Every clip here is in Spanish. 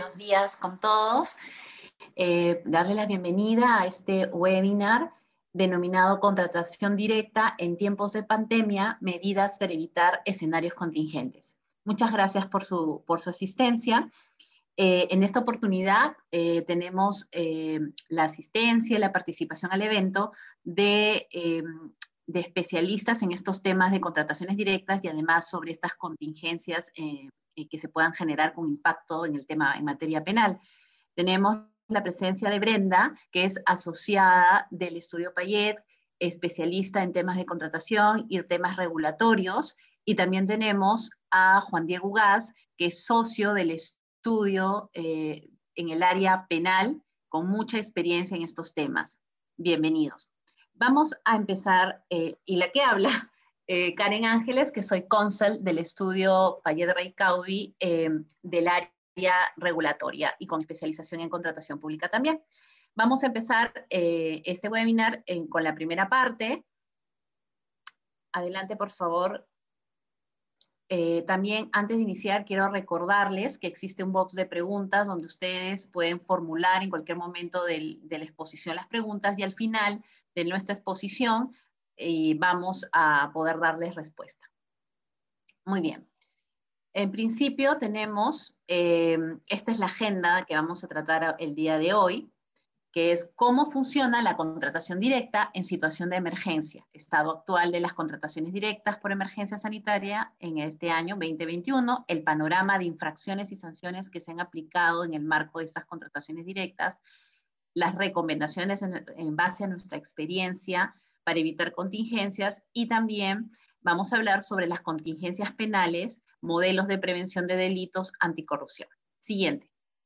buenos días con todos. Darle la bienvenida a este webinar denominado Contratación Directa en tiempos de pandemia, medidas para evitar escenarios contingentes. Muchas gracias por su asistencia. En esta oportunidad tenemos la asistencia y la participación al evento de especialistas en estos temas de contrataciones directas y además sobre estas contingencias que se puedan generar con impacto en el tema en materia penal. Tenemos la presencia de Brenda, que es asociada del Estudio Payet, especialista en temas de contratación y temas regulatorios, y también tenemos a Juan Diego Ugaz, que es socio del estudio en el área penal, con mucha experiencia en estos temas. Bienvenidos. Vamos a empezar, y la que habla, Karen Ángeles, que soy cónsul del estudio Payet Rey-Caubi del área regulatoria y con especialización en contratación pública también. Vamos a empezar este webinar con la primera parte. Adelante, por favor. También, antes de iniciar, quiero recordarles que existe un box de preguntas donde ustedes pueden formular en cualquier momento de la exposición las preguntas y al final de nuestra exposición vamos a poder darles respuesta. Muy bien. En principio tenemos, esta es la agenda que vamos a tratar el día de hoy, que es cómo funciona la contratación directa en situación de emergencia, estado actual de las contrataciones directas por emergencia sanitaria en este año 2021, el panorama de infracciones y sanciones que se han aplicado en el marco de estas contrataciones directas, las recomendaciones en base a nuestra experiencia para evitar contingencias y también vamos a hablar sobre las contingencias penales, modelos de prevención de delitos anticorrupción. Siguiente.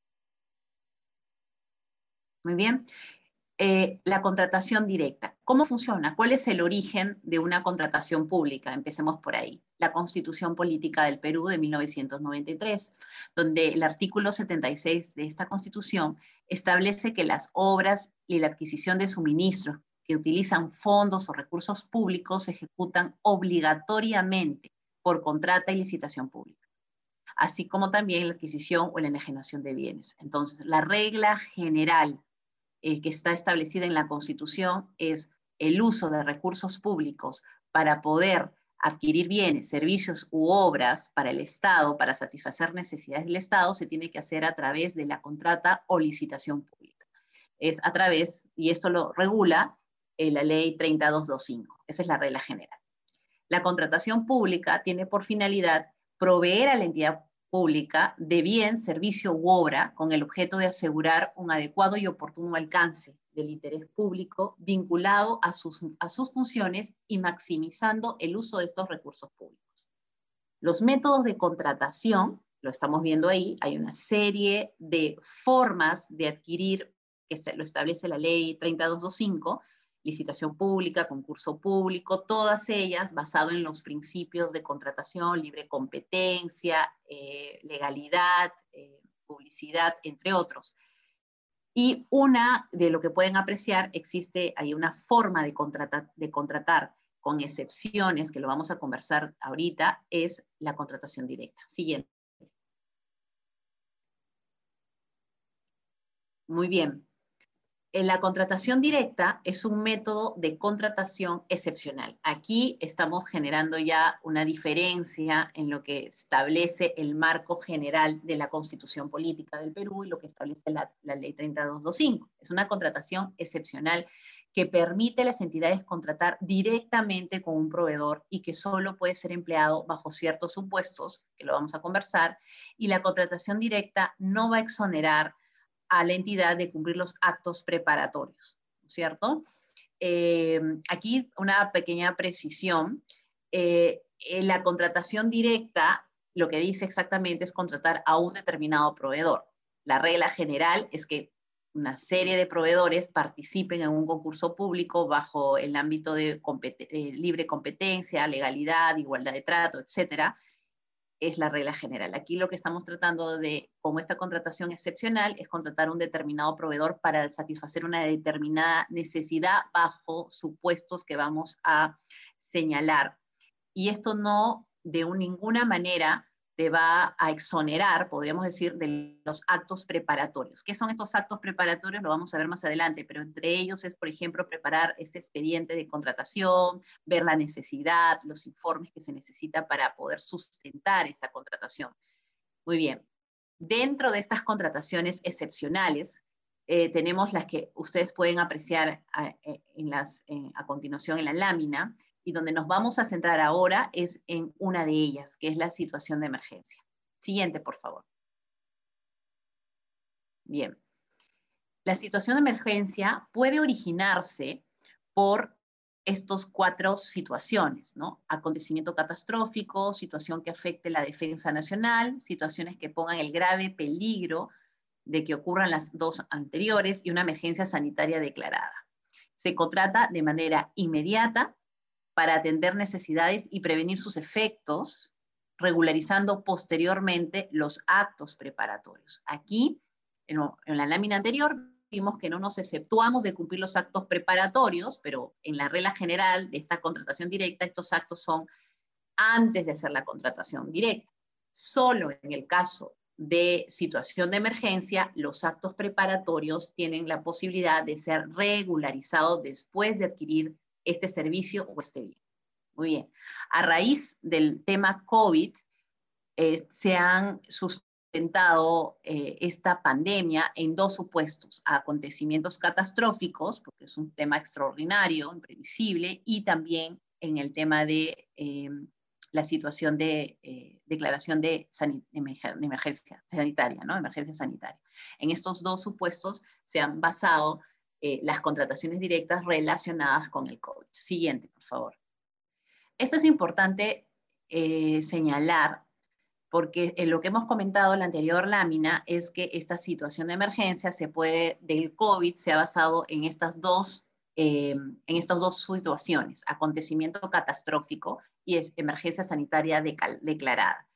Muy bien. La contratación directa. ¿Cómo funciona? ¿Cuál es el origen de una contratación pública? Empecemos por ahí. La Constitución Política del Perú de 1993, donde el artículo 76 de esta Constitución establece que las obras y la adquisición de suministros que utilizan fondos o recursos públicos se ejecutan obligatoriamente por contrata y licitación pública, así como también la adquisición o la enajenación de bienes. Entonces, la regla general que está establecida en la Constitución es el uso de recursos públicos para poder adquirir bienes, servicios u obras para el Estado, para satisfacer necesidades del Estado, se tiene que hacer a través de la contrata o licitación pública. Es a través, y esto lo regula la ley 30225. Esa es la regla general. La contratación pública tiene por finalidad proveer a la entidad pública de bien, servicio u obra con el objeto de asegurar un adecuado y oportuno alcance del interés público vinculado a sus funciones y maximizando el uso de estos recursos públicos. Los métodos de contratación, lo estamos viendo ahí, hay una serie de formas de adquirir, que lo establece la ley 30225, licitación pública, concurso público, todas ellas basado en los principios de contratación, libre competencia, legalidad, publicidad, entre otros. Y una de lo que pueden apreciar, hay una forma de contratar con excepciones, que lo vamos a conversar ahorita, es la contratación directa. Siguiente. Muy bien. La contratación directa es un método de contratación excepcional. Aquí estamos generando ya una diferencia en lo que establece el marco general de la Constitución Política del Perú y lo que establece la ley 30225. Es una contratación excepcional que permite a las entidades contratar directamente con un proveedor y que solo puede ser empleado bajo ciertos supuestos, que lo vamos a conversar, y la contratación directa no va a exonerar a la entidad de cumplir los actos preparatorios, ¿cierto? Aquí una pequeña precisión. La contratación directa, lo que dice exactamente es contratar a un determinado proveedor. La regla general es que una serie de proveedores participen en un concurso público bajo el ámbito de libre competencia, legalidad, igualdad de trato, etcétera. Es la regla general. Aquí lo que estamos tratando de, como esta contratación excepcional, es contratar un determinado proveedor para satisfacer una determinada necesidad bajo supuestos que vamos a señalar. Y esto no, de ninguna manera, te va a exonerar, podríamos decir, de los actos preparatorios. ¿Qué son estos actos preparatorios? Lo vamos a ver más adelante, pero entre ellos es, por ejemplo, preparar este expediente de contratación, ver la necesidad, los informes que se necesita para poder sustentar esta contratación. Muy bien. Dentro de estas contrataciones excepcionales, tenemos las que ustedes pueden apreciar a continuación en la lámina, y donde nos vamos a centrar ahora es en una de ellas, que es la situación de emergencia. Siguiente, por favor. Bien. La situación de emergencia puede originarse por estos 4 situaciones, ¿no? Acontecimiento catastrófico, situación que afecte la defensa nacional, situaciones que pongan el grave peligro de que ocurran las 2 anteriores y una emergencia sanitaria declarada. Se contrata de manera inmediata para atender necesidades y prevenir sus efectos, regularizando posteriormente los actos preparatorios. Aquí, en la lámina anterior, vimos que no nos exceptuamos de cumplir los actos preparatorios, pero en la regla general de esta contratación directa, estos actos son antes de hacer la contratación directa. Solo en el caso de situación de emergencia, los actos preparatorios tienen la posibilidad de ser regularizados después de adquirir este servicio o este bien. Muy bien. A raíz del tema COVID, se han sustentado esta pandemia en 2 supuestos: acontecimientos catastróficos, porque es un tema extraordinario, imprevisible, y también en el tema de la situación de declaración de emergencia sanitaria, ¿no? Emergencia sanitaria. En estos 2 supuestos se han basado las contrataciones directas relacionadas con el COVID. Siguiente, por favor. Esto es importante señalar, porque lo que hemos comentado en la anterior lámina es que esta situación de emergencia del COVID se ha basado en estas dos situaciones: acontecimiento catastrófico y emergencia sanitaria declarada.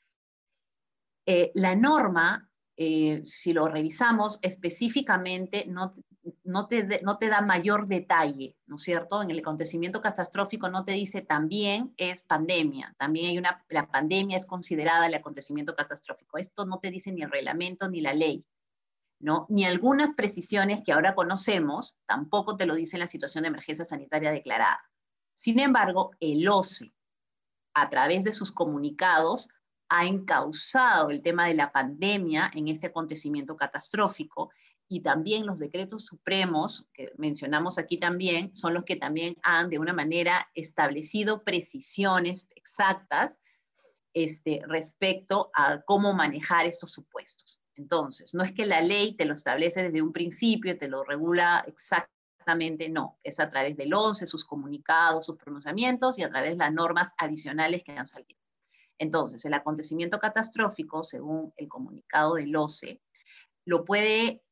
La norma, si lo revisamos específicamente, no te da mayor detalle, ¿no es cierto? En el acontecimiento catastrófico no te dice también es pandemia, también la pandemia es considerada el acontecimiento catastrófico. Esto no te dice ni el reglamento ni la ley, ¿no? Ni algunas precisiones que ahora conocemos, tampoco te lo dice la situación de emergencia sanitaria declarada. Sin embargo, el OCE, a través de sus comunicados, ha encauzado el tema de la pandemia en este acontecimiento catastrófico, y también los decretos supremos que mencionamos aquí también son los que también han de una manera establecido precisiones exactas respecto a cómo manejar estos supuestos. Entonces, no es que la ley te lo establece desde un principio, te lo regula exactamente, no, es a través del OCE, sus comunicados, sus pronunciamientos, y a través de las normas adicionales que han salido. Entonces, el acontecimiento catastrófico, según el comunicado del OCE, lo puede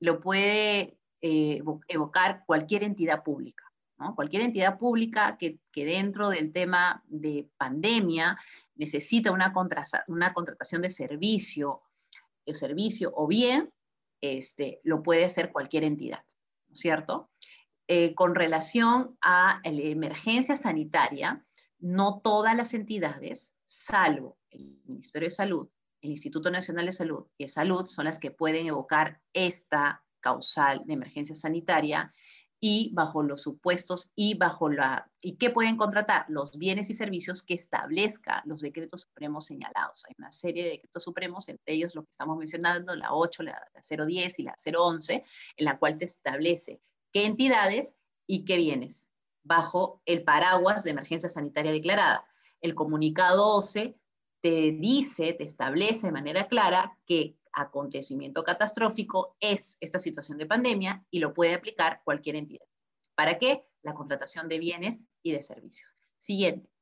evocar cualquier entidad pública, ¿no? Cualquier entidad pública que dentro del tema de pandemia necesita una contratación de servicio, o bien lo puede hacer cualquier entidad, ¿no es cierto? Con relación a la emergencia sanitaria, no todas las entidades, salvo el Ministerio de Salud, el Instituto Nacional de Salud y de Salud, son las que pueden evocar esta causal de emergencia sanitaria, y bajo los supuestos y ¿qué pueden contratar? Los bienes y servicios que establezca los decretos supremos señalados. Hay una serie de decretos supremos, entre ellos lo que estamos mencionando, la 8, la 010 y la 011, en la cual te establece qué entidades y qué bienes, bajo el paraguas de emergencia sanitaria declarada. El comunicado 12 te establece de manera clara que acontecimiento catastrófico es esta situación de pandemia y lo puede aplicar cualquier entidad. ¿Para qué? La contratación de bienes y de servicios. Siguiente.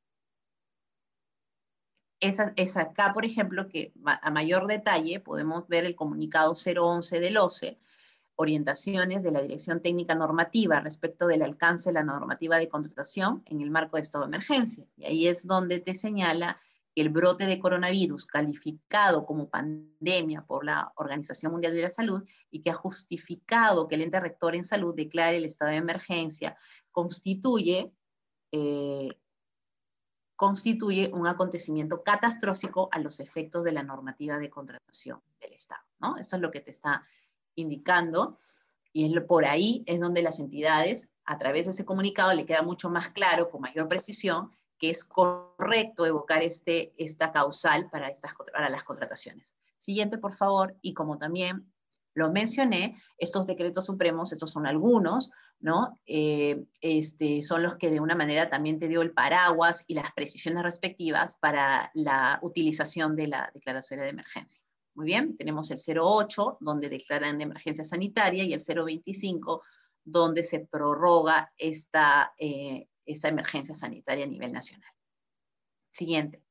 Es acá, por ejemplo, que a mayor detalle podemos ver el comunicado 011 del OCE, orientaciones de la Dirección Técnica Normativa respecto del alcance de la normativa de contratación en el marco de estado de emergencia. Y ahí es donde te señala que el brote de coronavirus, calificado como pandemia por la Organización Mundial de la Salud y que ha justificado que el ente rector en salud declare el estado de emergencia, constituye constituye un acontecimiento catastrófico a los efectos de la normativa de contratación del Estado, ¿no? Eso es lo que te está indicando, y por ahí es donde las entidades, a través de ese comunicado, le queda mucho más claro, con mayor precisión, que es correcto evocar esta causal para las contrataciones. Siguiente, por favor, y como también lo mencioné, estos decretos supremos, estos son algunos, ¿no? Son los que de una manera también te dio el paraguas y las precisiones respectivas para la utilización de la declaratoria de emergencia. Muy bien, tenemos el 08, donde declaran de emergencia sanitaria, y el 025, donde se prorroga esta emergencia sanitaria a nivel nacional. Siguiente.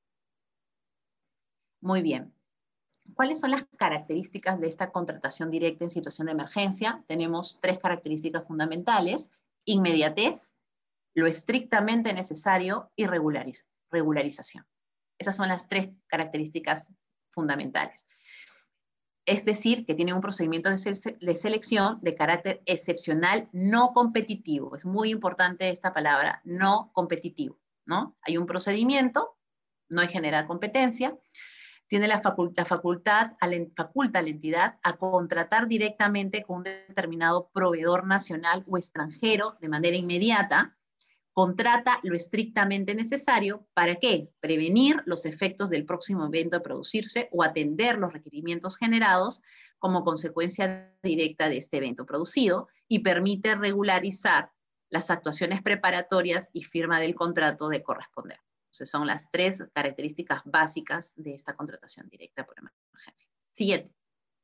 Muy bien. ¿Cuáles son las características de esta contratación directa en situación de emergencia? Tenemos 3 características fundamentales: inmediatez, lo estrictamente necesario y regularización. Esas son las 3 características fundamentales. Es decir, que tiene un procedimiento de selección de carácter excepcional, no competitivo. Es muy importante esta palabra, no competitivo, ¿no? Hay un procedimiento, no hay generar competencia. Tiene la facultad, faculta a la entidad a contratar directamente con un determinado proveedor nacional o extranjero de manera inmediata. Contrata lo estrictamente necesario. ¿Para qué? Prevenir los efectos del próximo evento a producirse o atender los requerimientos generados como consecuencia directa de este evento producido, y permite regularizar las actuaciones preparatorias y firma del contrato de corresponder. Entonces son las 3 características básicas de esta contratación directa por emergencia. Siguiente.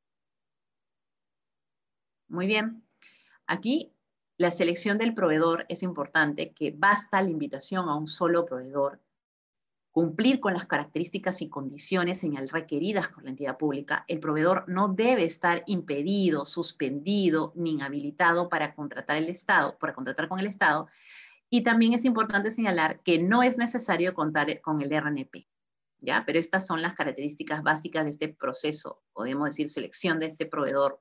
Muy bien. Aquí la selección del proveedor es importante, que basta la invitación a un solo proveedor, cumplir con las características y condiciones señal requeridas por la entidad pública. El proveedor no debe estar impedido, suspendido ni inhabilitado para contratar con el Estado. Y también es importante señalar que no es necesario contar con el RNP, ¿ya? Pero estas son las características básicas de este proceso, podemos decir, selección de este proveedor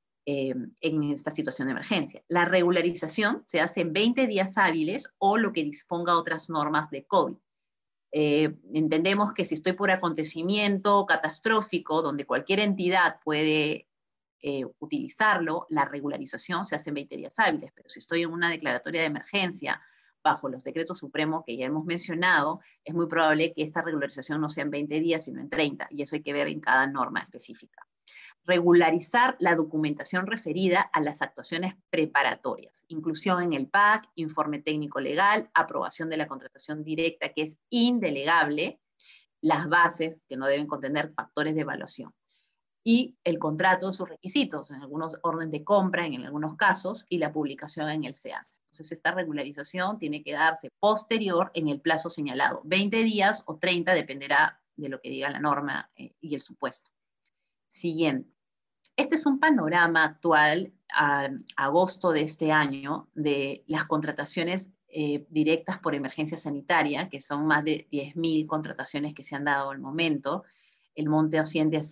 en esta situación de emergencia. La regularización se hace en 20 días hábiles o lo que disponga otras normas de COVID. Entendemos que si estoy por acontecimiento catastrófico, donde cualquier entidad puede utilizarlo, la regularización se hace en 20 días hábiles, pero si estoy en una declaratoria de emergencia bajo los decretos supremos que ya hemos mencionado, es muy probable que esta regularización no sea en 20 días, sino en 30, y eso hay que ver en cada norma específica. Regularizar la documentación referida a las actuaciones preparatorias, inclusión en el PAC, informe técnico legal, aprobación de la contratación directa, que es indelegable, las bases, que no deben contener factores de evaluación, y el contrato, sus requisitos, en algunos orden de compra, en algunos casos, y la publicación en el SEAS. Entonces, esta regularización tiene que darse posterior en el plazo señalado, 20 días o 30, dependerá de lo que diga la norma y el supuesto. Siguiente. Este es un panorama actual a agosto de este año de las contrataciones directas por emergencia sanitaria, que son más de 10.000 contrataciones que se han dado al momento. El monte asciende a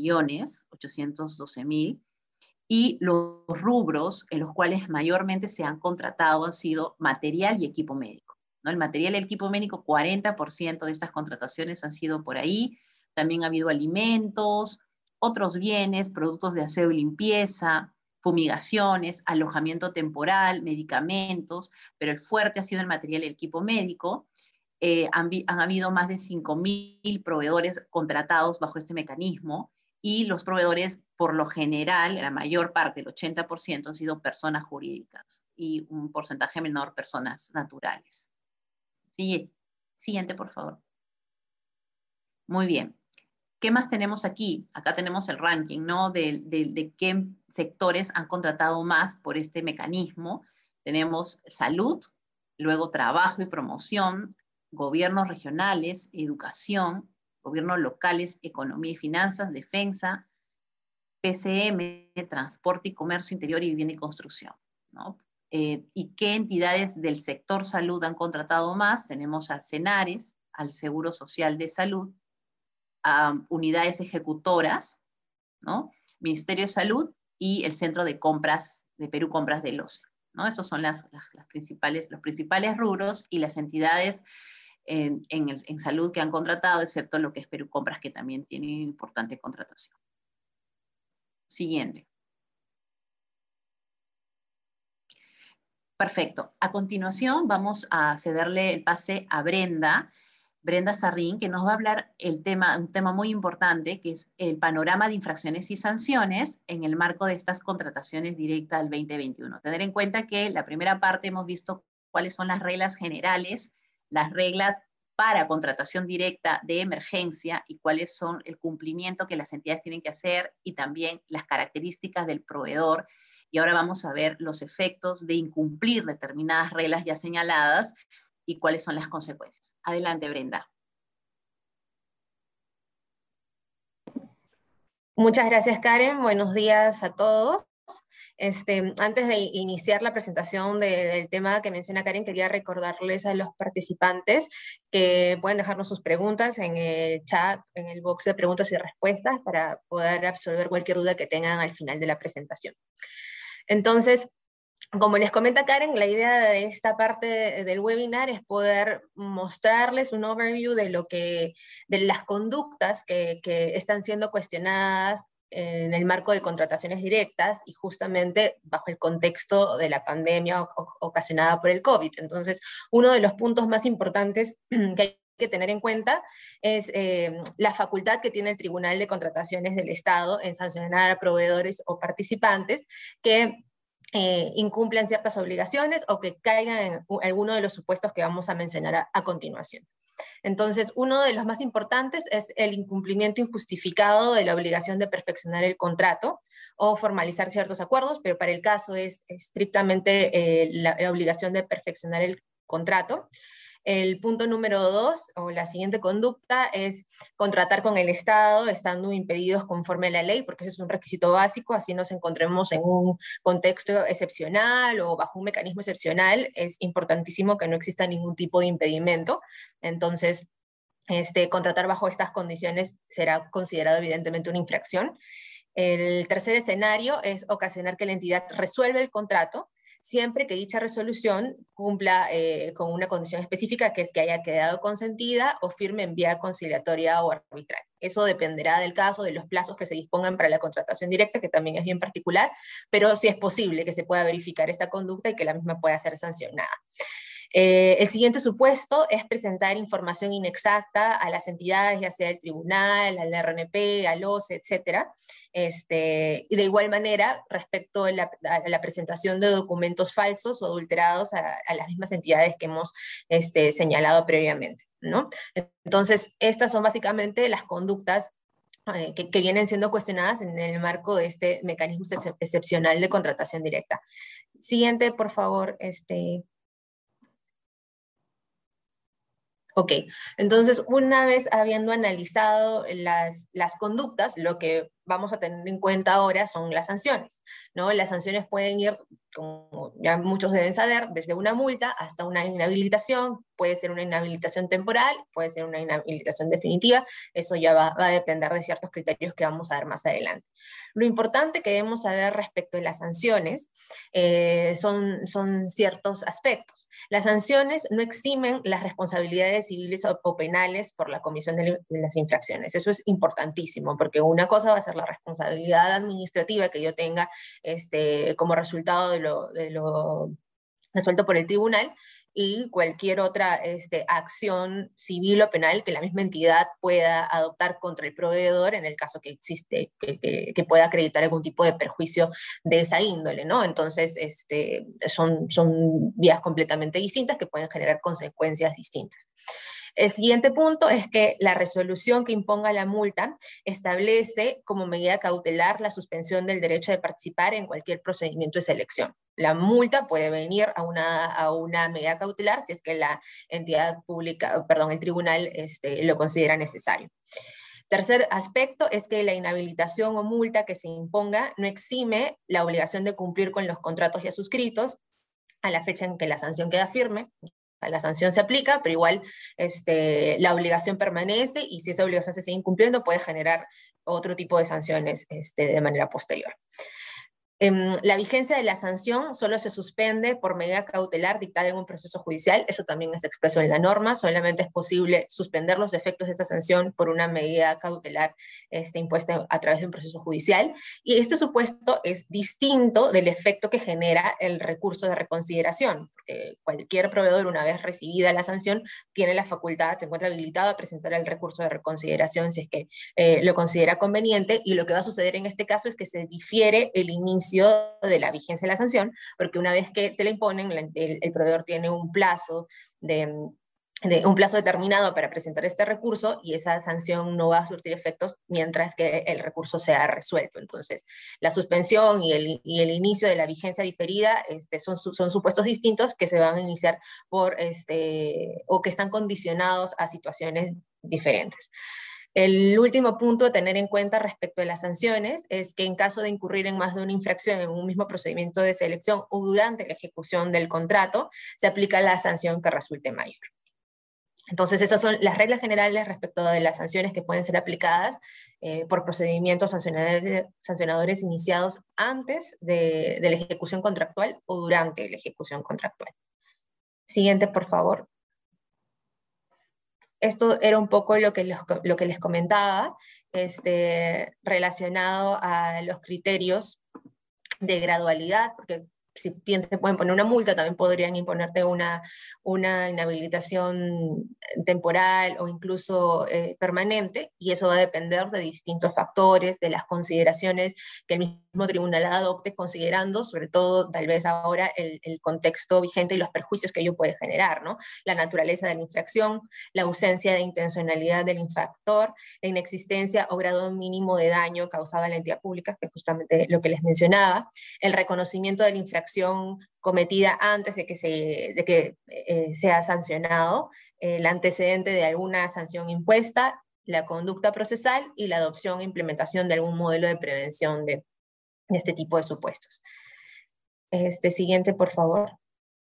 7.812.000, y los rubros en los cuales mayormente se han contratado han sido material y equipo médico, ¿no? El material y el equipo médico, 40% de estas contrataciones han sido por ahí. También ha habido alimentos, otros bienes, productos de aseo y limpieza, fumigaciones, alojamiento temporal, medicamentos, pero el fuerte ha sido el material y el equipo médico. Han habido más de 5.000 proveedores contratados bajo este mecanismo, y los proveedores, por lo general, la mayor parte, el 80%, han sido personas jurídicas y un porcentaje menor personas naturales. Siguiente, por favor. Muy bien. ¿Qué más tenemos aquí? Acá tenemos el ranking, ¿no? De qué sectores han contratado más por este mecanismo. Tenemos salud, luego trabajo y promoción, gobiernos regionales, educación, gobiernos locales, economía y finanzas, defensa, PCM, transporte y comercio interior y vivienda y construcción, ¿no? ¿Y qué entidades del sector salud han contratado más? Tenemos al CENARES, al Seguro Social de Salud, a unidades ejecutoras, ¿no? Ministerio de Salud y el Centro de Compras de Perú Compras del OCE, ¿no? Estos son los principales rubros, y las entidades en salud que han contratado, excepto lo que es Perú Compras, que también tiene importante contratación. Siguiente. Perfecto. A continuación vamos a cederle el pase a Brenda Sarrín, que nos va a hablar un tema muy importante, que es el panorama de infracciones y sanciones en el marco de estas contrataciones directas del 2021. Tener en cuenta que en la primera parte hemos visto cuáles son las reglas generales, las reglas para contratación directa de emergencia y cuáles son el cumplimiento que las entidades tienen que hacer y también las características del proveedor. Y ahora vamos a ver los efectos de incumplir determinadas reglas ya señaladas y cuáles son las consecuencias. Adelante, Brenda. Muchas gracias, Karen. Buenos días a todos. Antes de iniciar la presentación del tema que menciona Karen, quería recordarles a los participantes que pueden dejarnos sus preguntas en el chat, en el box de preguntas y respuestas, para poder absolver cualquier duda que tengan al final de la presentación. Entonces, como les comenta Karen, la idea de esta parte del webinar es poder mostrarles un overview de las conductas que están siendo cuestionadas en el marco de contrataciones directas y justamente bajo el contexto de la pandemia ocasionada por el COVID. Entonces, uno de los puntos más importantes que hay que tener en cuenta es la facultad que tiene el Tribunal de Contrataciones del Estado en sancionar a proveedores o participantes que incumplan ciertas obligaciones o que caigan en alguno de los supuestos que vamos a mencionar a continuación. Entonces, uno de los más importantes es el incumplimiento injustificado de la obligación de perfeccionar el contrato o formalizar ciertos acuerdos, pero para el caso es estrictamente la obligación de perfeccionar el contrato. El punto número 2, o la siguiente conducta, es contratar con el Estado estando impedidos conforme a la ley, porque ese es un requisito básico, así nos encontremos en un contexto excepcional o bajo un mecanismo excepcional, es importantísimo que no exista ningún tipo de impedimento. Entonces, contratar bajo estas condiciones será considerado evidentemente una infracción. El tercer escenario es ocasionar que la entidad resuelva el contrato, siempre que dicha resolución cumpla con una condición específica, que es que haya quedado consentida o firme en vía conciliatoria o arbitral. Eso dependerá del caso, de los plazos que se dispongan para la contratación directa, que también es bien particular, pero sí es posible que se pueda verificar esta conducta y que la misma pueda ser sancionada. El siguiente supuesto es presentar información inexacta a las entidades, ya sea el tribunal, al RNP, al OCE, etc. Y de igual manera, respecto a la presentación de documentos falsos o adulterados a las mismas entidades que hemos señalado previamente, ¿no? Entonces, estas son básicamente las conductas que vienen siendo cuestionadas en el marco de este mecanismo excepcional de contratación directa. Siguiente, por favor. Ok, entonces una vez habiendo analizado las conductas, lo que vamos a tener en cuenta ahora son las sanciones, ¿no? Las sanciones pueden ir, como ya muchos deben saber, desde una multa hasta una inhabilitación, puede ser una inhabilitación temporal, puede ser una inhabilitación definitiva, eso ya va a depender de ciertos criterios que vamos a ver más adelante. Lo importante que debemos saber respecto de las sanciones son ciertos aspectos. Las sanciones no eximen las responsabilidades civiles o penales por la comisión de las infracciones. Eso es importantísimo, porque una cosa va a ser la responsabilidad administrativa que yo tenga como resultado de lo resuelto por el tribunal, y cualquier otra acción civil o penal que la misma entidad pueda adoptar contra el proveedor en el caso que existe, que pueda acreditar algún tipo de perjuicio de esa índole, ¿no? Entonces, son vías completamente distintas que pueden generar consecuencias distintas. El siguiente punto es que la resolución que imponga la multa establece como medida cautelar la suspensión del derecho de participar en cualquier procedimiento de selección. La multa puede venir a una medida cautelar si es que la entidad pública, perdón, el tribunal lo considera necesario. Tercer aspecto es que la inhabilitación o multa que se imponga no exime la obligación de cumplir con los contratos ya suscritos a la fecha en que la sanción queda firme. La sanción se aplica, pero igual la obligación permanece, y si esa obligación se sigue incumpliendo puede generar otro tipo de sanciones de manera posterior. La vigencia de la sanción solo se suspende por medida cautelar dictada en un proceso judicial, eso también es expreso en la norma, solamente es posible suspender los efectos de esta sanción por una medida cautelar impuesta a través de un proceso judicial, y este supuesto es distinto del efecto que genera el recurso de reconsideración, porque cualquier proveedor, una vez recibida la sanción, tiene la facultad, se encuentra habilitado a presentar el recurso de reconsideración si es que lo considera conveniente, y lo que va a suceder en este caso es que se difiere el inicio de la vigencia de la sanción, porque una vez que te la imponen, el proveedor tiene un plazo un plazo determinado para presentar este recurso, y esa sanción no va a surtir efectos mientras que el recurso sea resuelto. Entonces, la suspensión y el inicio de la vigencia diferida son supuestos distintos que se van a iniciar o que están condicionados a situaciones diferentes. El último punto a tener en cuenta respecto a las sanciones es que en caso de incurrir en más de una infracción en un mismo procedimiento de selección o durante la ejecución del contrato, se aplica la sanción que resulte mayor. Entonces, esas son las reglas generales respecto de las sanciones que pueden ser aplicadas por procedimientos sancionadores iniciados antes de la ejecución contractual o durante la ejecución contractual. Siguiente, por favor. Esto era un poco lo que les comentaba, relacionado a los criterios de gradualidad, porque si bien te pueden poner una multa, también podrían imponerte una inhabilitación temporal o incluso permanente, y eso va a depender de distintos factores, de las consideraciones que el mismo tribunal adopte, considerando sobre todo tal vez ahora el contexto vigente y los perjuicios que ello puede generar, ¿no? La naturaleza de la infracción, la ausencia de intencionalidad del infractor, la inexistencia o grado mínimo de daño causado a la entidad pública, que es justamente lo que les mencionaba, el reconocimiento de la infracción cometida antes de que sea sancionado, el antecedente de alguna sanción impuesta, la conducta procesal y la adopción e implementación de algún modelo de prevención de este tipo de supuestos. Siguiente, por favor.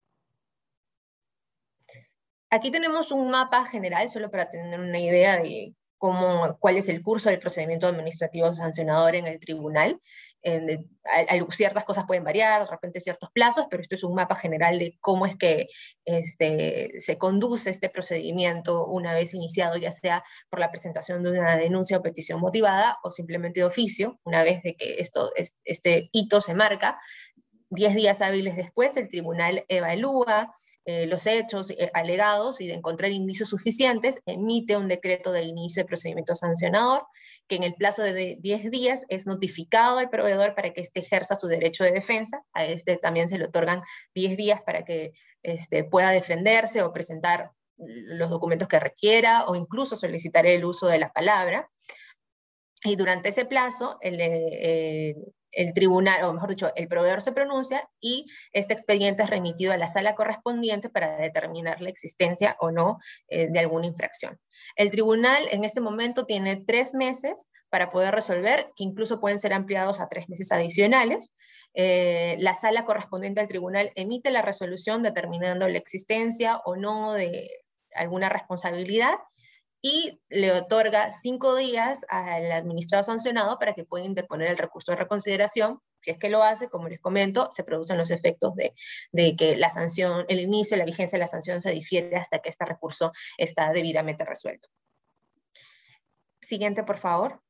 Aquí tenemos un mapa general, solo para tener una idea de cuál es el curso del procedimiento administrativo sancionador en el tribunal. Ciertas cosas pueden variar, de repente ciertos plazos, pero esto es un mapa general de cómo es que se conduce este procedimiento una vez iniciado, ya sea por la presentación de una denuncia o petición motivada, o simplemente de oficio, una vez de que este hito se marca. 10 días hábiles después, el tribunal evalúa los hechos alegados, y de encontrar indicios suficientes, emite un decreto de inicio de procedimiento sancionador, que en el plazo de 10 días es notificado al proveedor para que éste ejerza su derecho de defensa. A también se le otorgan 10 días para que pueda defenderse o presentar los documentos que requiera, o incluso solicitar el uso de la palabra. Y durante ese plazo, el tribunal, o mejor dicho, el proveedor se pronuncia, y este expediente es remitido a la sala correspondiente para determinar la existencia o no de alguna infracción. El tribunal en este momento tiene 3 meses para poder resolver, que incluso pueden ser ampliados a 3 meses adicionales. La sala correspondiente al tribunal emite la resolución determinando la existencia o no de alguna responsabilidad, y le otorga 5 días al administrado sancionado para que pueda interponer el recurso de reconsideración. Si es que lo hace, como les comento, se producen los efectos de que la sanción, el inicio de la vigencia de la sanción se difiere hasta que este recurso está debidamente resuelto. Siguiente, por favor.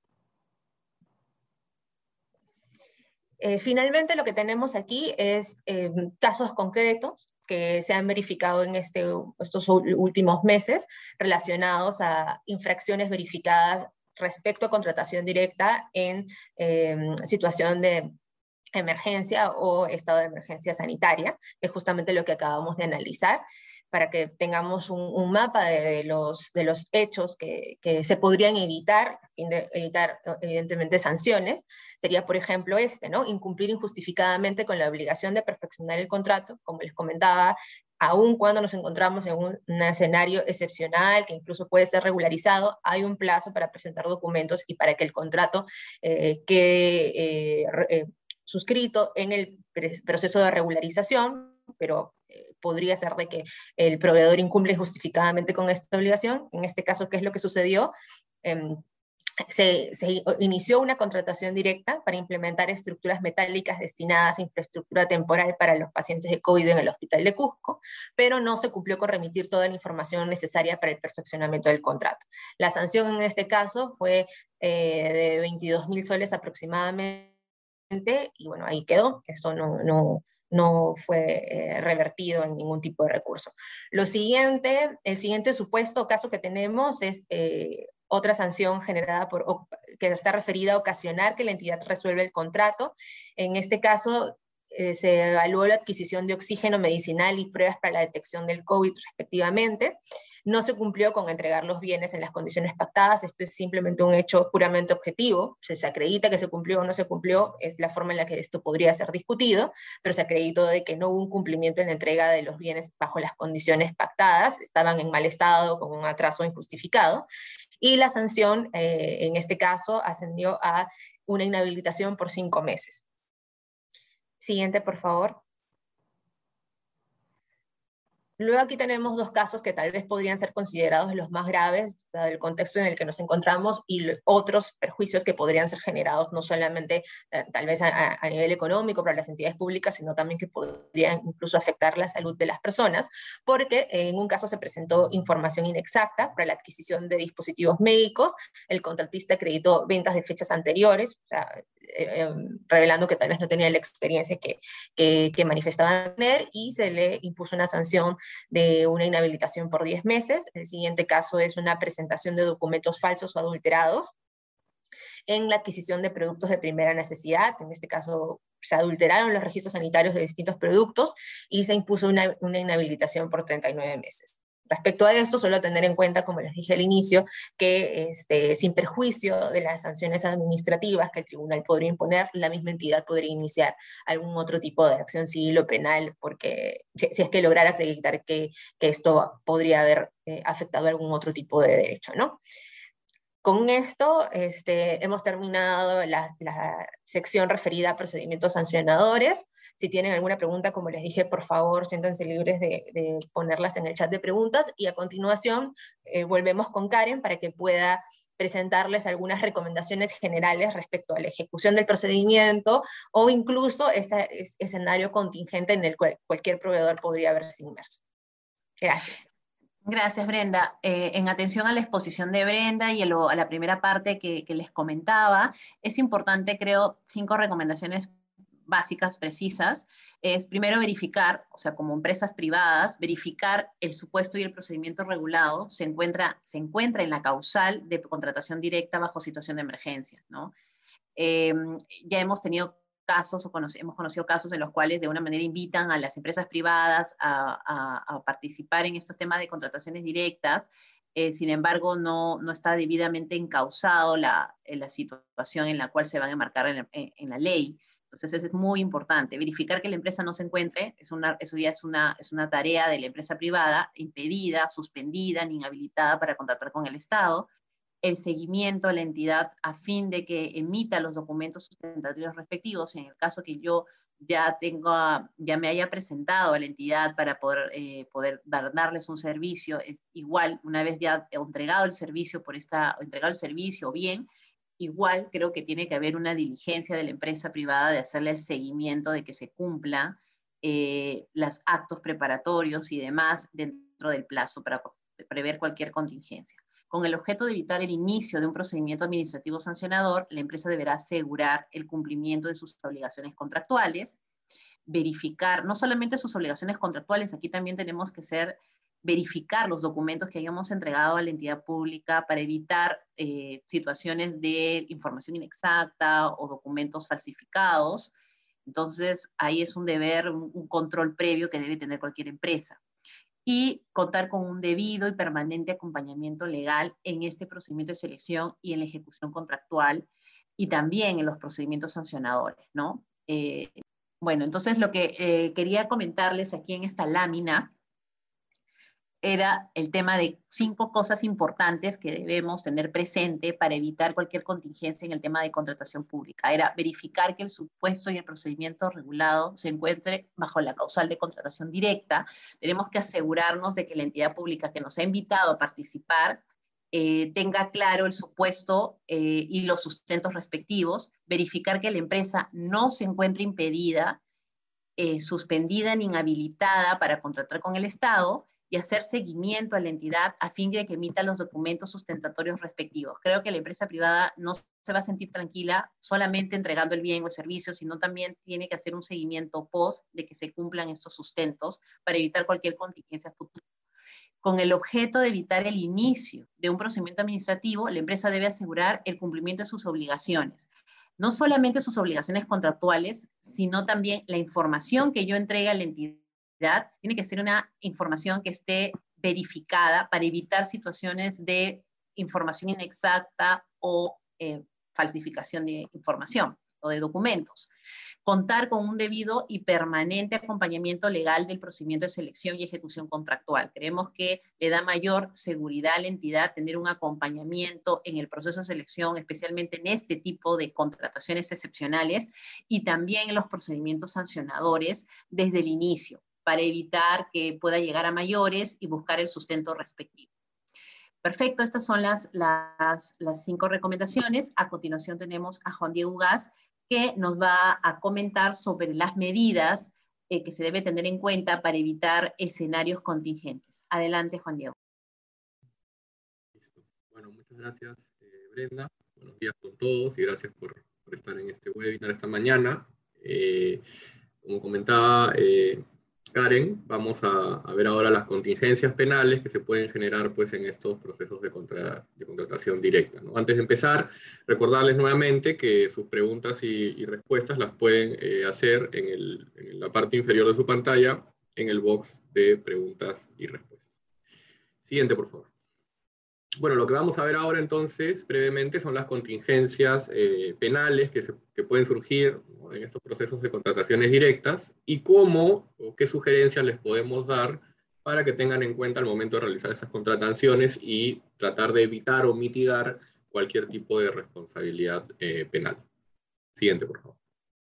Finalmente, lo que tenemos aquí es casos concretos que se han verificado en estos últimos meses relacionados a infracciones verificadas respecto a contratación directa en situación de emergencia o estado de emergencia sanitaria, que es justamente lo que acabamos de analizar, para que tengamos un mapa de los hechos que se podrían evitar, a fin de evitar evidentemente sanciones. Sería, por ejemplo, ¿no? Incumplir injustificadamente con la obligación de perfeccionar el contrato, como les comentaba, aun cuando nos encontramos en un escenario excepcional, que incluso puede ser regularizado, hay un plazo para presentar documentos y para que el contrato quede suscrito en el proceso de regularización, pero podría ser de que el proveedor incumple injustificadamente con esta obligación. En este caso, ¿qué es lo que sucedió? se inició una contratación directa para implementar estructuras metálicas destinadas a infraestructura temporal para los pacientes de COVID en el hospital de Cusco, pero no se cumplió con remitir toda la información necesaria para el perfeccionamiento del contrato. La sanción en este caso fue de 22.000 soles aproximadamente, y bueno, ahí quedó. Esto no fue revertido en ningún tipo de recurso. El siguiente supuesto o caso que tenemos es otra sanción generada que está referida a ocasionar que la entidad resuelva el contrato. En este caso, se evaluó la adquisición de oxígeno medicinal y pruebas para la detección del COVID respectivamente. No se cumplió con entregar los bienes en las condiciones pactadas. Esto es simplemente un hecho puramente objetivo. Se acredita que se cumplió o no se cumplió, es la forma en la que esto podría ser discutido, pero se acreditó de que no hubo un cumplimiento en la entrega de los bienes bajo las condiciones pactadas, estaban en mal estado, con un atraso injustificado, y la sanción, en este caso, ascendió a una inhabilitación por 5 meses. Siguiente, por favor. Luego aquí tenemos dos casos que tal vez podrían ser considerados los más graves, dado el contexto en el que nos encontramos, y otros perjuicios que podrían ser generados no solamente tal vez a nivel económico para las entidades públicas, sino también que podrían incluso afectar la salud de las personas, porque en un caso se presentó información inexacta para la adquisición de dispositivos médicos. El contratista acreditó ventas de fechas anteriores, o sea, revelando que tal vez no tenía la experiencia que manifestaban tener, y se le impuso una sanción de una inhabilitación por 10 meses. El siguiente caso es una presentación de documentos falsos o adulterados en la adquisición de productos de primera necesidad. En este caso se adulteraron los registros sanitarios de distintos productos y se impuso una inhabilitación por 39 meses. Respecto a esto, solo tener en cuenta, como les dije al inicio, que sin perjuicio de las sanciones administrativas que el tribunal podría imponer, la misma entidad podría iniciar algún otro tipo de acción civil o penal, porque si es que lograra acreditar que esto podría haber afectado algún otro tipo de derecho, ¿no? Con esto hemos terminado la sección referida a procedimientos sancionadores. Si tienen alguna pregunta, como les dije, por favor, siéntanse libres de ponerlas en el chat de preguntas, y a continuación volvemos con Karen para que pueda presentarles algunas recomendaciones generales respecto a la ejecución del procedimiento, o incluso este escenario contingente en el cual cualquier proveedor podría verse inmerso. Gracias. Gracias, Brenda. En atención a la exposición de Brenda y a la primera parte que les comentaba, es importante, creo, 5 recomendaciones básicas, precisas. Es primero verificar, o sea, como empresas privadas, verificar el supuesto y el procedimiento regulado se encuentra en la causal de contratación directa bajo situación de emergencia, ¿no? Ya hemos tenido casos, hemos conocido casos en los cuales de una manera invitan a las empresas privadas a participar en estos temas de contrataciones directas. Sin embargo, no está debidamente encausado la situación en la cual se van a enmarcar en la ley. Entonces, eso es muy importante. Verificar que la empresa no se encuentre, eso ya es una tarea de la empresa privada, impedida, suspendida, ni inhabilitada para contratar con el Estado. El seguimiento a la entidad a fin de que emita los documentos sustentativos respectivos. En el caso que yo ya me haya presentado a la entidad para poder darles un servicio, es igual, una vez ya entregado el servicio o bien, igual creo que tiene que haber una diligencia de la empresa privada de hacerle el seguimiento de que se cumpla los actos preparatorios y demás dentro del plazo para prever cualquier contingencia. Con el objeto de evitar el inicio de un procedimiento administrativo sancionador, la empresa deberá asegurar el cumplimiento de sus obligaciones contractuales, verificar no solamente sus obligaciones contractuales, aquí también tenemos que verificar los documentos que hayamos entregado a la entidad pública para evitar situaciones de información inexacta o documentos falsificados. Entonces, ahí es un deber, un control previo que debe tener cualquier empresa. Y contar con un debido y permanente acompañamiento legal en este procedimiento de selección y en la ejecución contractual, y también en los procedimientos sancionadores, ¿no? Bueno, entonces lo que quería comentarles aquí en esta lámina era el tema de 5 cosas importantes que debemos tener presente para evitar cualquier contingencia en el tema de contratación pública. Era verificar que el supuesto y el procedimiento regulado se encuentre bajo la causal de contratación directa. Tenemos que asegurarnos de que la entidad pública que nos ha invitado a participar tenga claro el supuesto y los sustentos respectivos, verificar que la empresa no se encuentre impedida, suspendida ni inhabilitada para contratar con el Estado, y hacer seguimiento a la entidad a fin de que emita los documentos sustentatorios respectivos. Creo que la empresa privada no se va a sentir tranquila solamente entregando el bien o el servicio, sino también tiene que hacer un seguimiento post de que se cumplan estos sustentos para evitar cualquier contingencia futura. Con el objeto de evitar el inicio de un procedimiento administrativo, la empresa debe asegurar el cumplimiento de sus obligaciones. No solamente sus obligaciones contractuales, sino también la información que yo entregue a la entidad tiene que ser una información que esté verificada para evitar situaciones de información inexacta o falsificación de información o de documentos. Contar con un debido y permanente acompañamiento legal del procedimiento de selección y ejecución contractual. Creemos que le da mayor seguridad a la entidad tener un acompañamiento en el proceso de selección, especialmente en este tipo de contrataciones excepcionales, y también en los procedimientos sancionadores desde el inicio, para evitar que pueda llegar a mayores y buscar el sustento respectivo. Perfecto, estas son las 5 recomendaciones. A continuación tenemos a Juan Diego Ugaz, que nos va a comentar sobre las medidas que se debe tener en cuenta para evitar escenarios contingentes. Adelante, Juan Diego. Listo. Bueno, muchas gracias, Brenda. Buenos días con todos y gracias por estar en este webinar esta mañana. Como comentaba Karen, vamos a ver ahora las contingencias penales que se pueden generar pues, en estos procesos de contratación directa, ¿no? Antes de empezar, recordarles nuevamente que sus preguntas y respuestas las pueden hacer en la parte inferior de su pantalla, en el box de preguntas y respuestas. Siguiente, por favor. Bueno, lo que vamos a ver ahora entonces, brevemente, son las contingencias penales que pueden surgir, ¿no?, en estos procesos de contrataciones directas, y cómo o qué sugerencias les podemos dar para que tengan en cuenta al momento de realizar esas contrataciones y tratar de evitar o mitigar cualquier tipo de responsabilidad penal. Siguiente, por favor.